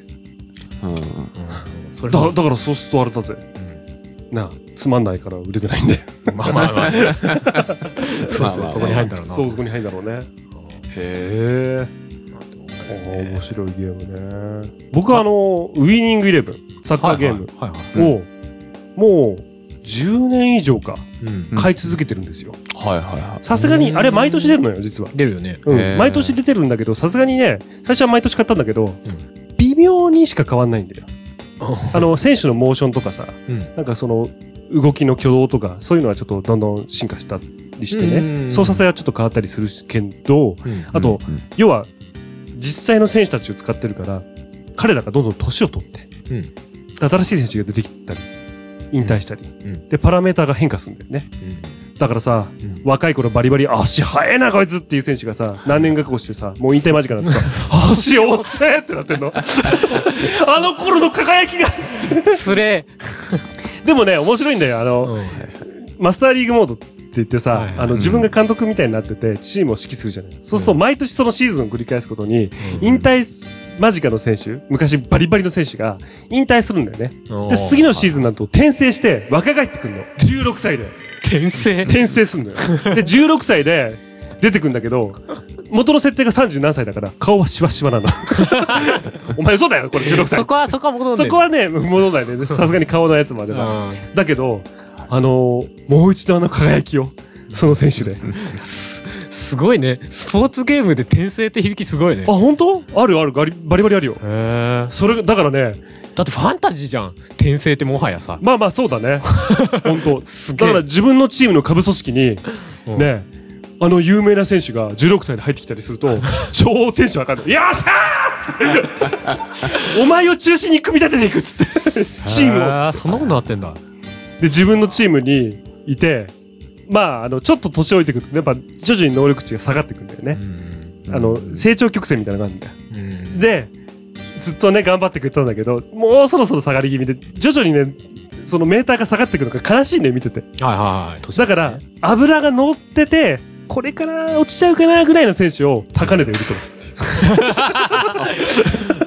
[SPEAKER 5] だ
[SPEAKER 3] からそうするとあれだぜ。なあ、つまんないから売れてないんだよ。
[SPEAKER 5] まあ。そこに入るんだろうな。
[SPEAKER 3] そう、そこに入るんだろうね。へえ。面白いゲームね。僕はウイニングイレブン、サッカーゲームを、もう10年以上か、買い続けてるんですよ。さすがに、あれ毎年出るのよ、実は。
[SPEAKER 5] 出るよね。
[SPEAKER 3] 毎年出てるんだけど、さすがにね、最初は毎年買ったんだけど、微妙にしか変わんないんだよ。選手のモーションとかさ、なんかその動きの挙動とかそういうのはちょっとどんどん進化したりしてね、操作性はちょっと変わったりするけど、あと要は実際の選手たちを使ってるから彼らがどんどん年を取って、新しい選手が出てきたり引退したり、でパラメーターが変化するんだよね。だからさ、若い頃バリバリ足速えなこいつっていう選手がさ、何年か越してさ、もう引退間近になってさ、足遅えってなってんの。あの頃の輝きがつって。
[SPEAKER 5] つれ
[SPEAKER 3] でもね、面白いんだよ。マスターリーグモードって言ってさ、自分が監督みたいになってて、チームを指揮するじゃない。そうすると毎年そのシーズンを繰り返すことに、引退間近の選手、昔バリバリの選手が引退するんだよね。で、次のシーズンになると転生して若返ってくるの。16歳で。転生すんのよ。で、16歳で出てくんだけど、元の設定が30何歳だから顔はシワシワなの。お前嘘だよ、これ16歳。
[SPEAKER 5] そこは戻んない。
[SPEAKER 3] そこはね、戻んないね。さすがに顔のやつまでは。だけど、もう一度輝きを、その選手で。
[SPEAKER 5] すごいね。スポーツゲームで転生って響きすごいね。
[SPEAKER 3] あ、本当？ある、バリバリあるよ。それ、だからね、
[SPEAKER 5] だってファンタジーじゃん。転生ってもはやさ。
[SPEAKER 3] まあそうだね。本当。だから自分のチームの下部組織に、ね、有名な選手が16歳で入ってきたりすると、超テンション上がる。よっしゃーお前を中心に組み立てていくっつって、チームを。
[SPEAKER 5] そんなことなってんだ。
[SPEAKER 3] で、自分のチームにいて、まあ、ちょっと年老いてくると、やっぱ徐々に能力値が下がってくんだよね。成長曲線みたいなのがあるんだよ。で、ずっとね、頑張ってくれたんだけど、もうそろそろ下がり気味で、徐々にね、そのメーターが下がってくるのが悲しいね、見てて。だから、油が乗ってて、これから落ちちゃうかなぐらいの選手を高値で売り飛ばすっていう。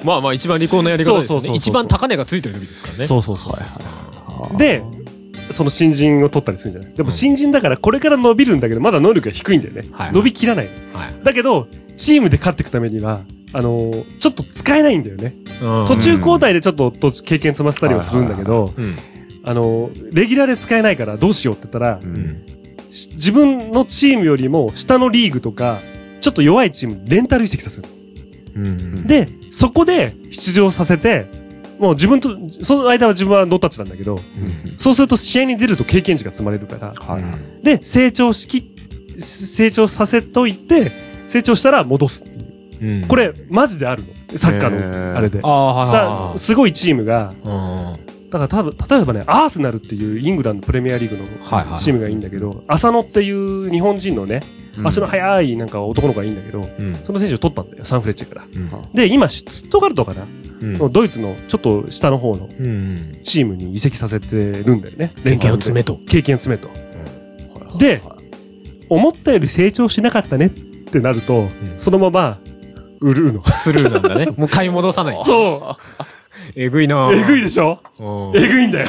[SPEAKER 5] まあ一番利口なやり方ですよね。一番高値がついてる時ですからね。
[SPEAKER 3] そう。で、その新人を取ったりするんじゃない。でも新人だからこれから伸びるんだけど、まだ能力が低いんだよね。伸びきらない。だけど、チームで勝っていくためには、ちょっと使えないんだよね。途中交代でちょっと経験積ませたりはするんだけど、レギュラーで使えないからどうしようって言ったら、自分のチームよりも下のリーグとか、ちょっと弱いチームにレンタル移籍させる。で、そこで出場させて、もう自分と、その間は自分はノータッチなんだけど、そうすると試合に出ると経験値が積まれるから、で、成長させといて、成長したら戻すっていう。これ、マジであるの。サッカーの、あれで。すごいチームが、だから例えばね、アーセナルっていうイングランドプレミアリーグのチームがいいんだけど、浅野っていう日本人のね、足の速いなんか男の子がいいんだけど、その選手を取ったんだよ、サンフレッチェから。で、今、シュツットガルトかなドイツのちょっと下の方のチームに移籍させてるんだよね。
[SPEAKER 5] 経験を積めと。
[SPEAKER 3] 経験を積めと。で、思ったより成長しなかったねってなると、そのまま売るの。
[SPEAKER 5] スルーなんだね。もう買い戻さない。
[SPEAKER 3] そう。
[SPEAKER 5] えぐいな。
[SPEAKER 3] えぐいでしょ。えぐいんだよ。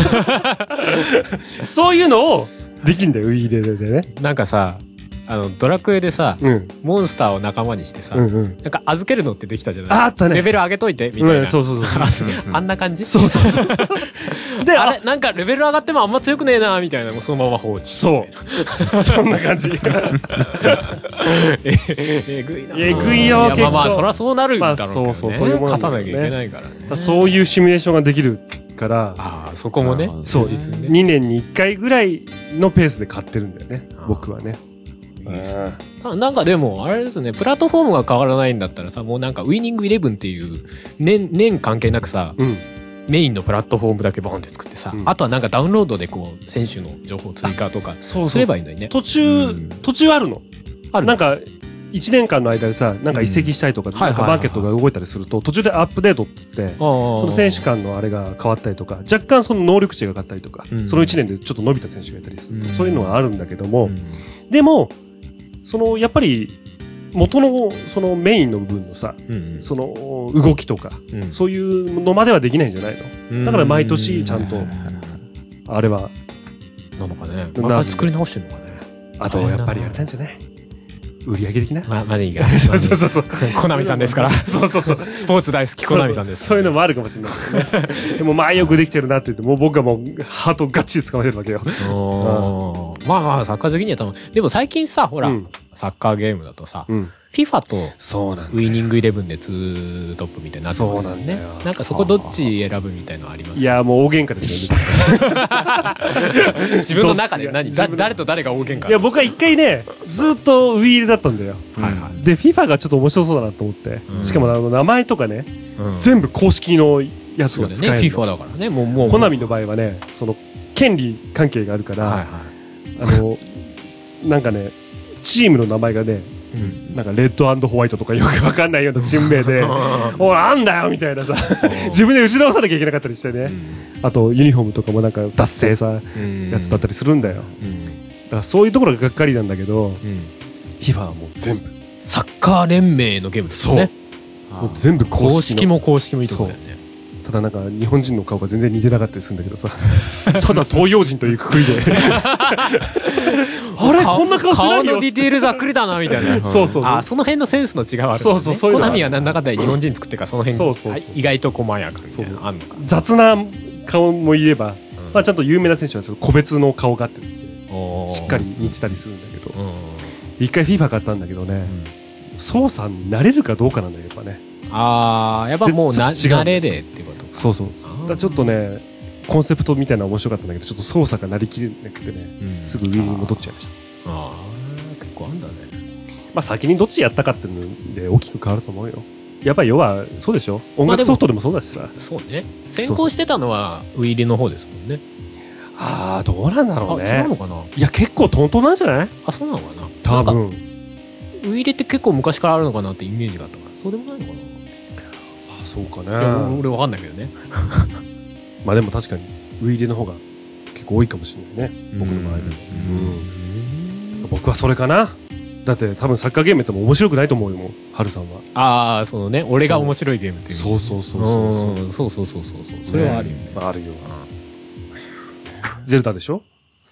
[SPEAKER 3] そういうのをできんだよ、ウィーレでね。
[SPEAKER 5] なんかさ、ドラクエでさ、モンスターを仲間にしてさ、なんか預けるのってできたじゃない。
[SPEAKER 3] あったね。
[SPEAKER 5] レベル上げといてみたいな。
[SPEAKER 3] そうそうそう。
[SPEAKER 5] あんな感じ。
[SPEAKER 3] そうそうそう。
[SPEAKER 5] で、あれなんかレベル上がってもあんま強くねえなみたいな、もうそのまま放置。
[SPEAKER 3] そう。そんな感じ。
[SPEAKER 5] えぐいな。
[SPEAKER 3] えぐいよ。
[SPEAKER 5] まあまあそりゃそうなるんだろうけどね。
[SPEAKER 3] そうそういうもの。
[SPEAKER 5] 勝たなきゃいけないからね。
[SPEAKER 3] そういうシミュレーションができるから。
[SPEAKER 5] ああ、そこもね。
[SPEAKER 3] そう。2年に1回ぐらいのペースで買ってるんだよね。僕はね。
[SPEAKER 5] なんかでもあれですね、プラットフォームが変わらないんだったらさ、もうなんかウイニングイレブンっていう年関係なくさ、メインのプラットフォームだけボンって作ってさ、あとはなんかダウンロードでこう選手の情報追加とかすればいいのにね。
[SPEAKER 3] 途中あるの。なんか1年間の間でさ、なんか移籍したいとか、なんかマーケットが動いたりすると、途中でアップデートっつって、その選手間のあれが変わったりとか、若干その能力値が上がったりとか、その1年でちょっと伸びた選手がいたりする。そういうのがあるんだけども、でも、やっぱり、元のそのメインの部分のさ、その動きとか、そういうのまではできないんじゃないの。だから毎年ちゃんと、あれは。
[SPEAKER 5] なのかね。また作り直してるのかね。
[SPEAKER 3] あと、やっぱりあれなんじゃない？売り上げ的な。
[SPEAKER 5] まあいいから。
[SPEAKER 3] そうそうそう。
[SPEAKER 5] コナミさんですから。
[SPEAKER 3] そうそうそう。
[SPEAKER 5] スポーツ大好きコナミさんです。
[SPEAKER 3] そういうのもあるかもしれないけどね。でもまあよくできてるなって言って、もう僕はもうハートガッチリ掴まれるわけよ。
[SPEAKER 5] まあまあサッカー好きには多分。でも最近さ、ほら、サッカーゲームだとさ、FIFA とウイニングイレブンで2トップみたいになってますよね。なんかそこどっち選ぶみたいのあります？
[SPEAKER 3] いやもう大喧嘩ですよ
[SPEAKER 5] ね。自分の中で誰と誰が大喧嘩？
[SPEAKER 3] いや僕は一回ねずっとウィールだったんだよ。で FIFA がちょっと面白そうだなと思って、しかも名前とかね全部公式のやつが使える。
[SPEAKER 5] FIFA だからね。もう
[SPEAKER 3] コナミの場合はねその権利関係があるからなんかねチームの名前がねなんかレッド&ホワイトとかよくわかんないようなチーム名でおいなんだよみたいなさ自分で打ち直さなきゃいけなかったりしてね、あとユニフォームとかもなんか脱製さやつだったりするんだよ、だからそういうところががっかりなんだけど、FIFA はもう全部
[SPEAKER 5] サッカー連盟のゲームですよね。
[SPEAKER 3] もう全部
[SPEAKER 5] 公式も公式もいいところだよね。
[SPEAKER 3] ただなんか日本人の顔が全然似てなかったりするんだけどさただ東洋人というくくりであれこんな顔してないよ
[SPEAKER 5] 顔のディテールざっくりだなみたいな。
[SPEAKER 3] そうそう。
[SPEAKER 5] あ、その辺のセンスの違いはあるんですね。
[SPEAKER 3] そう
[SPEAKER 5] コナミはなんだかんだ日本人作ってからその辺意外と細やかみたいなあんのか。
[SPEAKER 3] 雑な顔もいれば、まあちゃんと有名な選手は個別の顔があってですね、しっかり似てたりするんだけど、一回 FIFA 買ったんだけどね、操作に慣れるかどうかなんだよやっぱね。
[SPEAKER 5] ああ、やっぱもう慣れでってこと。
[SPEAKER 3] そうそう。だからちょっとねコンセプトみたいな面白かったんだけど、ちょっと操作がなりきれなくてね、すぐウィーに戻っちゃいました。
[SPEAKER 5] ああ、結構あんだね。
[SPEAKER 3] まあ先にどっちやったかっていうので大きく変わると思うよ。やっぱり要はそうでしょ、音楽ソフトでもそうだしさ。
[SPEAKER 5] そうね。先行してたのはウィーリの方ですもんね。
[SPEAKER 3] ああ、どうなんだろうね。
[SPEAKER 5] 違うのかな。
[SPEAKER 3] いや結構トントンなんじゃない？
[SPEAKER 5] あ、そうなのかな。
[SPEAKER 3] 多分。
[SPEAKER 5] ウィーリって結構昔からあるのかなってイメージがあったから、そうでもないのかな。
[SPEAKER 3] あ、そうかね。
[SPEAKER 5] いや俺わかんないけどね。
[SPEAKER 3] まあでも確かにウィーリの方が結構多いかもしれないね、僕の場合でも。僕はそれかな。だって多分サッカーゲームっても面白くないと思うよ、もうハルさんは。
[SPEAKER 5] ああ、そのね、俺が面白いゲームっていう。
[SPEAKER 3] そうそうそうそう
[SPEAKER 5] そうそうそうそうそう。それはあるよね。
[SPEAKER 3] あるよ。ゼルダでしょ。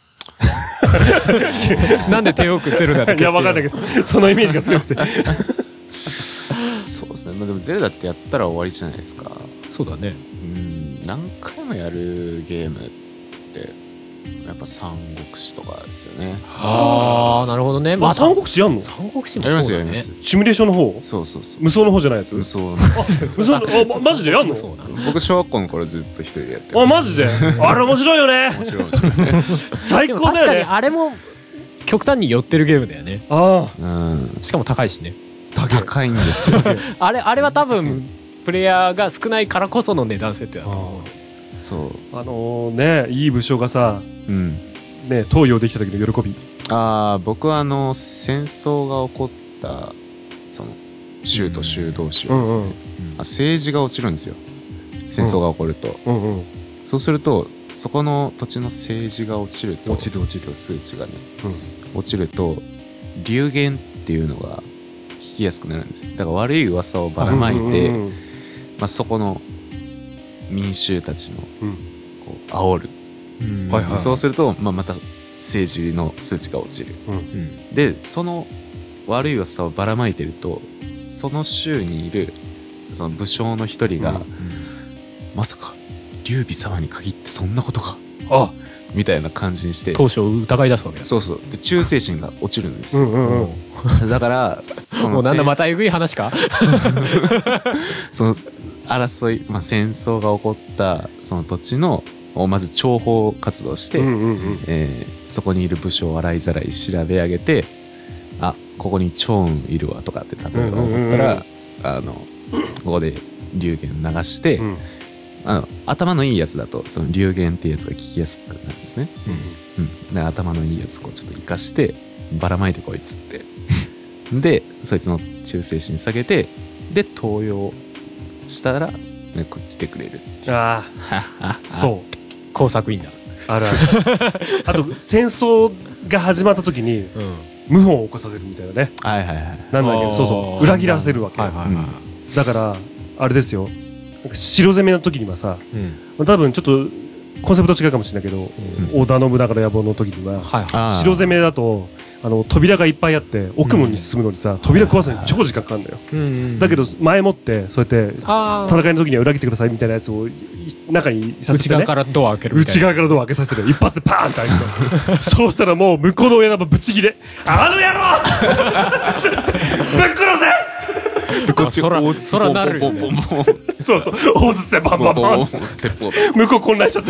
[SPEAKER 5] なんで手をくゼルダって。
[SPEAKER 3] いやわかんないけど、そのイメージが強くて。
[SPEAKER 4] そうですね。まあでもゼルダってやったら終わりじゃないですか。
[SPEAKER 5] そうだね。
[SPEAKER 4] 何回もやるゲームってやっぱ三国志とかですよね。
[SPEAKER 5] ああ、なるほどね。
[SPEAKER 3] まあ三国志やんの？
[SPEAKER 5] 三国志も
[SPEAKER 4] やりますよ、やります。
[SPEAKER 3] シミュレーションの方？
[SPEAKER 4] そうそうそう。
[SPEAKER 3] 無双の方じゃないやつ？
[SPEAKER 4] 無双の。
[SPEAKER 3] 無双の、マジでやんの？
[SPEAKER 4] 僕小学校の頃ずっと一人でやってます。
[SPEAKER 3] あ、マジで？あれ面白いよね。
[SPEAKER 4] 面白い面白い。
[SPEAKER 3] 最高だよね。
[SPEAKER 5] 確かにあれも極端に寄ってるゲームだよね。
[SPEAKER 3] あ
[SPEAKER 5] あ。しかも高いしね。
[SPEAKER 4] 高いんですよ。
[SPEAKER 5] あれは多分プレイヤーが少ないからこその値段設定だと思う。
[SPEAKER 4] そう。
[SPEAKER 3] ね、いい武将がさ、ね、東洋できた時の喜び。
[SPEAKER 4] 僕は戦争が起こったその州と州同士はですね、政治が落ちるんですよ、戦争が起こると。そうするとそこの土地の政治が落ちると、数値がね、落ちると流言っていうのが聞きやすくなるんです。だから悪い噂をばらまいて、そこの民衆たちのこう煽る、そうすると、また政治の数値が落ちる、でその悪い噂をばらまいてると、その州にいるその武将の一人が、まさか劉備様に限ってそんなことがみたいな感じにして
[SPEAKER 5] 当初疑い出すわけだ。
[SPEAKER 4] そうで忠誠心が落ちるんですよ。だから
[SPEAKER 5] もうなんだまたえぐい話か
[SPEAKER 4] その争い、戦争が起こったその土地のまず諜報活動して、そこにいる武将を洗いざらい調べ上げて、ここに趙雲いるわとかって例えば思ったら、ここで流言流して、頭のいいやつだとその流言っていうやつが聞きやすくなるんですね。で頭のいいやつこうちょっと生かしてばらまいてこいっつってでそいつの忠誠心下げて、で登用したら、こう来てくれるっていう。
[SPEAKER 3] そう
[SPEAKER 5] 工作員だ。
[SPEAKER 3] あるあと戦争が始まった時に、謀反を起こさせるみたいなね。なんだけど、そう裏切らせるわけ。だからあれですよ、城攻めの時にはさ、多分ちょっとコンセプト違うかもしれないけど、織田信長の野望の時には、城攻めだと扉がいっぱいあって奥門に進むのにさ、扉壊すのに超時間かかるんだよ。だけど前もってそうやって戦いの時には裏切ってくださいみたいなやつを中にさせてね、
[SPEAKER 5] 内側からドア開けるみたいな、
[SPEAKER 3] 内側からドア開けさせて一発でパーンって開くとそうしたらもう向こうの親玉ぶち切れ、あの野郎ぶっ殺せ
[SPEAKER 4] こっち
[SPEAKER 5] そらなるよね。
[SPEAKER 3] そう大筒でバンバンバン向こう混乱しちゃって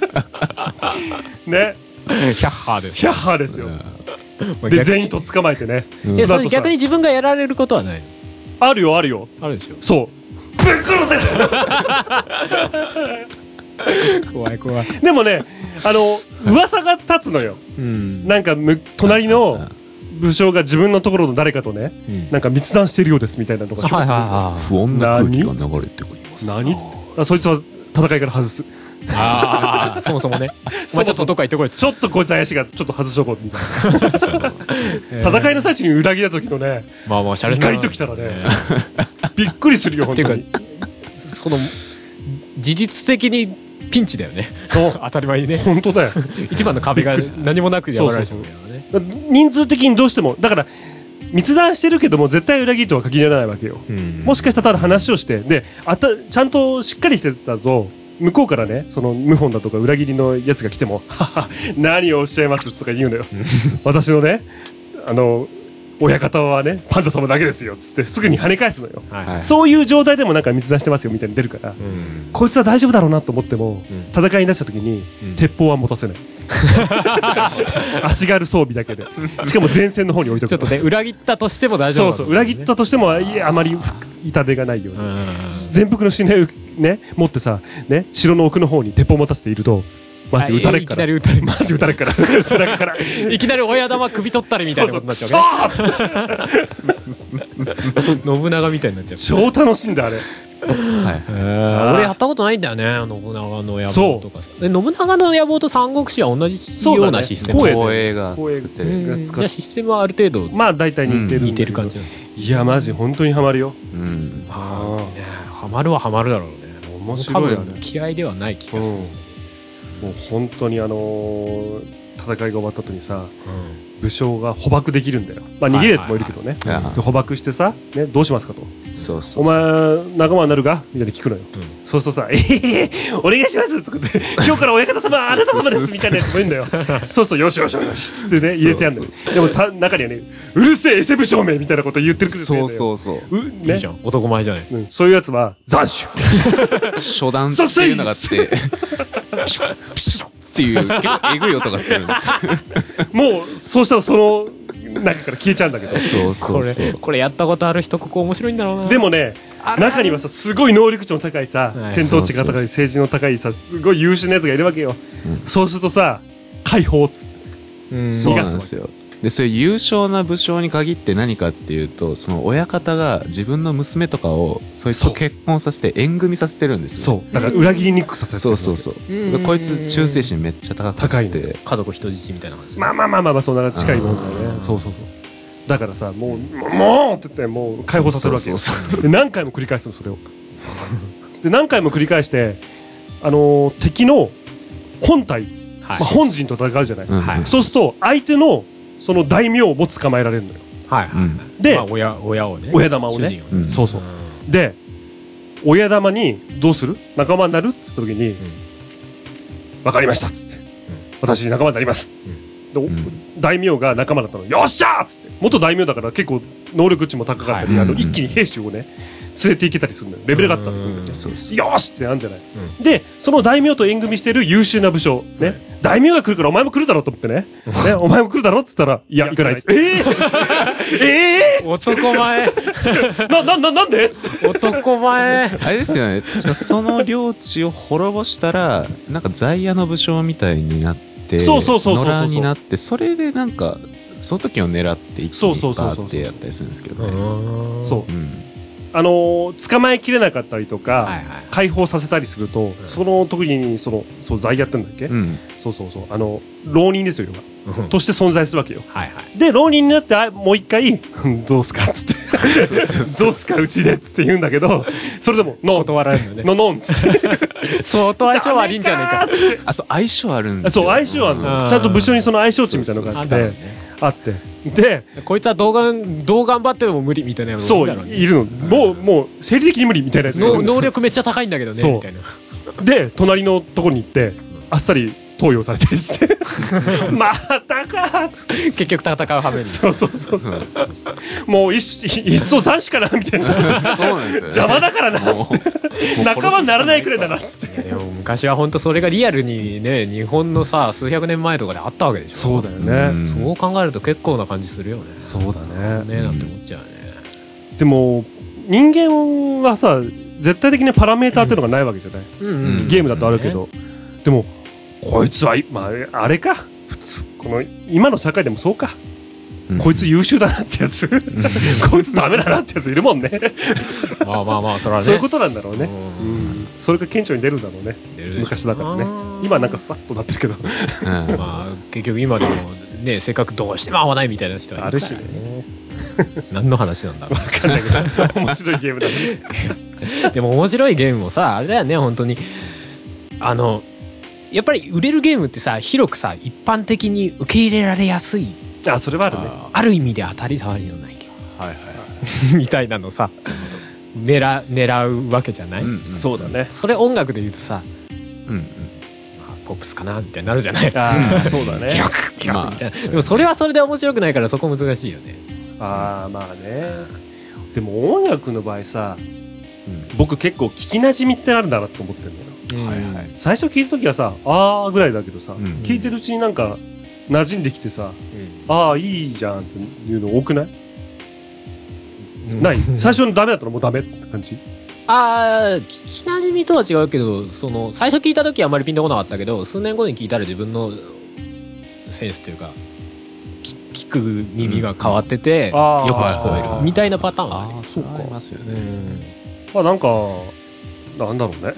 [SPEAKER 3] ね、
[SPEAKER 5] ヒャッハ
[SPEAKER 3] ーですよ。で全員と捕まえてね。
[SPEAKER 5] それ逆に自分がやられることはないの？
[SPEAKER 3] あるよ。ある
[SPEAKER 5] でしょ。
[SPEAKER 3] そうぶっ殺せ
[SPEAKER 5] 怖い
[SPEAKER 3] でもね、噂が立つのよ。なんか隣の武将が自分のところの誰かとね、なんか密談してるようですみたいなのが
[SPEAKER 4] 不穏な空気が流れております。
[SPEAKER 3] そいつは戦いから外す。
[SPEAKER 5] そもそもね、お前ちょっとどっか行ってこい、
[SPEAKER 3] ちょっとこいつ怪しいがちょっと外しとこうみたいな戦いの最中に裏切った時のね、怒りときたらねびっくりするよ本当に。
[SPEAKER 5] その事実的にピンチだよね当たり前にね。
[SPEAKER 3] 本当だよ
[SPEAKER 5] 一番の壁が何もなくやられちゃうんだよね。
[SPEAKER 3] 人数的にどうしてもだから密談してるけども絶対裏切りとは限らないわけよ。もしかしたらただ話をしてでちゃんとしっかりしてたと向こうからね、その謀反だとか裏切りのやつが来ても何をおっしゃいますとか言うのよ私のね親方はねパンダ様だけですよっつってすぐに跳ね返すのよ。そういう状態でもなんか密談してますよみたいに出るから、こいつは大丈夫だろうなと思っても、戦いに出した時に、鉄砲は持たせない足軽装備だけで、しかも前線の方に置いとく。
[SPEAKER 5] ちょっとね裏切ったとしても大丈夫。
[SPEAKER 3] 裏切ったとしてもあまり痛手がないように全幅の信頼をね持ってさね、城の奥の方に鉄砲持たせているとマジ撃たれっから、マジ撃たれっから背中から
[SPEAKER 5] いきなり親玉首取ったりみたいなことになっちゃうね。信長みたいになっちゃう。
[SPEAKER 3] 超楽しいんだあれ。
[SPEAKER 5] 俺やったことないんだよね、信長の野望とか。信長の野望と三国志は同じようなシステム。
[SPEAKER 4] 光栄が作ってる。
[SPEAKER 5] じゃあシステムはある程度
[SPEAKER 3] まあ大体似てる感じ。いやマジ本当にハマるよ。
[SPEAKER 5] ハマるはハマるだろうね。
[SPEAKER 3] 面白いよね。
[SPEAKER 5] 嫌いではない気がする。
[SPEAKER 3] もう本当に戦いが終わった後にさ、武将が捕獲できるんだよ。逃げるやつもいるけどね。捕獲してさ、どうしますかと。お前仲間になるかみたいに聞くのよ。そうするとさお願いしますとかって今日から親方様あなた様ですみたいなやつもいるんだよ。そうするとよしよしよしってね入れてやるんだよ。でも中にはねうるせえエセ武将名みたいなこと言ってるくるんだよ。
[SPEAKER 5] いいじゃん男前じゃない。
[SPEAKER 3] そういうやつは斬首
[SPEAKER 4] 初段っていうのがあってピシュッピシュッっていう結構えぐい音がするんです
[SPEAKER 3] もうそうしたらその中から消えちゃうんだけど。
[SPEAKER 5] これやったことある人ここ面白いんだろうな。
[SPEAKER 3] でもね中にはさすごい能力値の高いさ、戦闘値が高い政治の高いさすごい優秀なやつがいるわけよ。そうするとさ解放っつって
[SPEAKER 4] そうなんですよ。 でそういう優勝な武将に限って何かっていうと、その親方が自分の娘とかをそいつと結婚させて縁組させてるんですよ。
[SPEAKER 3] そうだから裏切りにくくさせてる。
[SPEAKER 4] そうそうそう。こいつ忠誠心めっちゃ高いんで、
[SPEAKER 5] 家族人質みたいな話。
[SPEAKER 3] まあそんな近いもんだよね。そうそうそう。だからさ、もうって言ってもう解放させるわけよ。で何回も繰り返すのそれを。で何回も繰り返して、敵の本体、本陣と戦うじゃない。そうすると相手のその大名も捕まえられるのよ。で、
[SPEAKER 5] 親をね、
[SPEAKER 3] 親玉をね。そうそう。で親玉にどうする？仲間になるって言った時に、分かりましたっつって、私仲間になります。大名が仲間だったの。よっしゃーっつって、元大名だから結構能力値も高かったり、一気に兵士をね連れて行けたりするのよ。レベルがあったりするんですよ。よしってなんじゃない。でその大名と縁組みしてる優秀な武将ね、大名が来るからお前も来るだろうと思ってね、お前も来るだろうっつったら、いや行かないっつって、
[SPEAKER 5] 男前
[SPEAKER 3] なんで
[SPEAKER 5] 男前
[SPEAKER 4] あれですよね。その領地を滅ぼしたらなんか在野の武将みたいになって、野良になって、それでなんかその時を狙って一気にバーってやったりするんですけどね。
[SPEAKER 3] そう、捕まえきれなかったりとか、解放させたりすると、その時にそう在野ってんだっけ、浪人ですよ今として存在するわけよ。で浪人になってもう一回どうすかっつってどうすかうちでっつって言うんだけど、それでもノン
[SPEAKER 5] 断られるのね。
[SPEAKER 3] ノンっつって
[SPEAKER 5] 相当相性悪いんじゃねえか。
[SPEAKER 4] あ、そう相性あるんですよ。
[SPEAKER 3] そう相性あるの。ちゃんと部署にその相性値みたいなのがあって、で
[SPEAKER 5] こいつはどう頑張っても無理みたいな。
[SPEAKER 3] そういるの。もう生理的に無理みたいなやつ。
[SPEAKER 5] 能力めっちゃ高いんだけどねみたいな。
[SPEAKER 3] で隣のとこに行ってあっさり投与されたりしてまたか
[SPEAKER 5] 結局戦う羽目に。
[SPEAKER 3] そうもう一層残しかなみたいな。そうなんですよ、邪魔だからなっつって仲間にならないくらいだなっつって。
[SPEAKER 5] でも昔は本当それがリアルにね、日本のさ数百年前とかであったわけでしょ。
[SPEAKER 3] そうだよね。
[SPEAKER 5] そう考えると結構な感じするよね。
[SPEAKER 3] そうだね
[SPEAKER 5] なんて思っちゃうね。
[SPEAKER 3] でも人間はさ絶対的にパラメーターっていうのがないわけじゃない。ゲームだとあるけど、でもこいつはあれか、普通この今の社会でもそうか、こいつ優秀だなってやつこいつダメだなってやついるもんね。
[SPEAKER 5] まあそれはね、
[SPEAKER 3] そういうことなんだろうね。それが顕著に出るんだろうね。昔だからね。今なんかフワッとなってるけど
[SPEAKER 5] まあ結局今でもね、せっかくどうしても合わないみたいな人は
[SPEAKER 3] あるしね。
[SPEAKER 5] 何の話なんだろう。
[SPEAKER 3] 分かんないけど面白いゲームだし
[SPEAKER 5] でも面白いゲームもさ、あれだよね、本当にやっぱり売れるゲームってさ、広くさ一般的に受け入れられやすい。
[SPEAKER 3] それはあるね。
[SPEAKER 5] ある意味で当たり障りのないゲームみたいなのさ狙うわけじゃない。
[SPEAKER 3] そうだね。
[SPEAKER 5] それ音楽で言うとさ、ポップスかなみたいになるじゃない。
[SPEAKER 3] そうだね。
[SPEAKER 5] 広くみたいな。でもそれはそれで面白くないからそこ難しいよね。
[SPEAKER 3] まあね。でも音楽の場合さ、僕結構聞きなじみってあるんだなと思ってるんだよ。最初聞いた時はさぐらいだけどさ、聞いてるうちになんか馴染んできてさ、いいじゃんっていうの多くない？ない最初のダメだったらもうダメって感じ？
[SPEAKER 5] 聞きなじみとは違うけど、最初聞いた時はあんまりピンとこなかったけど、数年後に聞いたら自分のセンスというか聞く耳が変わってて、よく聞こえるみたいなパターンは
[SPEAKER 3] そうか。あり
[SPEAKER 4] ますよね。
[SPEAKER 3] なんかなんだろうね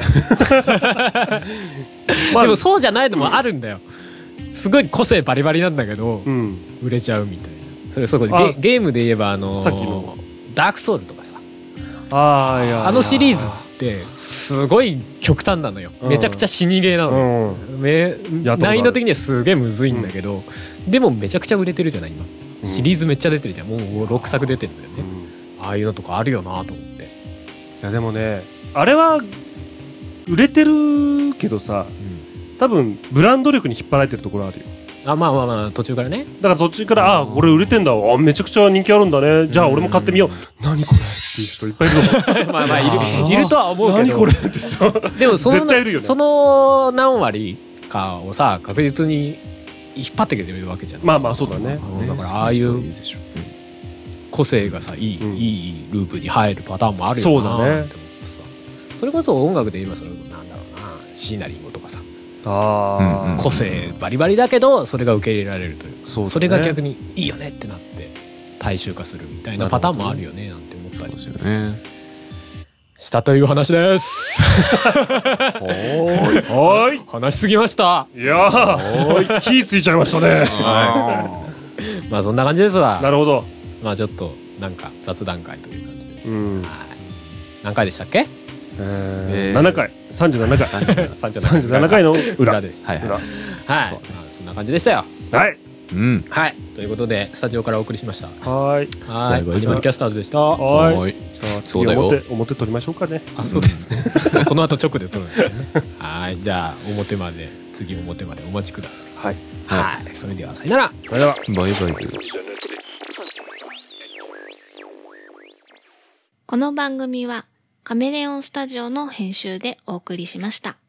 [SPEAKER 5] でもそうじゃないのもあるんだよ。すごい個性バリバリなんだけど、売れちゃうみたいな。そこでゲームで言えばさっきのダークソウルとかさ、あのシリーズってすごい極端なのよ。めちゃくちゃ死にゲーなのよ。難易度的にはすげえむずいんだけど、でもめちゃくちゃ売れてるじゃない今。シリーズめっちゃ出てるじゃん。もう6作出てるんだよね。ああいうのとかあるよなと思って。
[SPEAKER 3] いやでもね、あれは売れてるけどさ、多分ブランド力に引っ張られてるところあるよ。
[SPEAKER 5] まあ途中からね。
[SPEAKER 3] だから途中からこれ売れてんだ、めちゃくちゃ人気あるんだね、じゃあ俺も買ってみよう、何これっていう人いっぱいいるの。
[SPEAKER 5] まあいるとは思うけど、
[SPEAKER 3] 何これでしょ。
[SPEAKER 5] でも
[SPEAKER 3] 絶対いるよね。
[SPEAKER 5] その何割かをさ確実に引っ張ってくれてるわけじゃん。
[SPEAKER 3] まあそうだね。
[SPEAKER 5] だからああいう個性がさいいループに入るパターンもあるよなって思ってさ。それこそ音楽で言えばなんだろうな、シナリオとかさ、 個性バリバリだけどそれが受け入れられるという、それが逆にいいよねってなって大衆化するみたいなパターンもあるよねなんて思ったりしたという話です。はい。話しすぎました。
[SPEAKER 3] いやー、火ついちゃいましたね。
[SPEAKER 5] まあそんな感じですわ。
[SPEAKER 3] なるほど。
[SPEAKER 5] まあちょっとなんか雑談会という感じで。何回でしたっけ
[SPEAKER 3] ？7回。37回。37回の裏です。
[SPEAKER 5] はい。そんな感じでしたよ。
[SPEAKER 3] はい。
[SPEAKER 5] はい。ということでスタジオからお送りしました。
[SPEAKER 3] はい。
[SPEAKER 5] アニマルキャスターズでした。
[SPEAKER 3] はい。そうだよ。表取りましょうかね。
[SPEAKER 5] あ、そうですね。この後直で取るんですね。はい。じゃあ次表までお待ちください。はい。はい。それではさよなら。
[SPEAKER 3] それでは
[SPEAKER 4] バイバイ。
[SPEAKER 1] この番組はカメレオンスタジオの編集でお送りしました。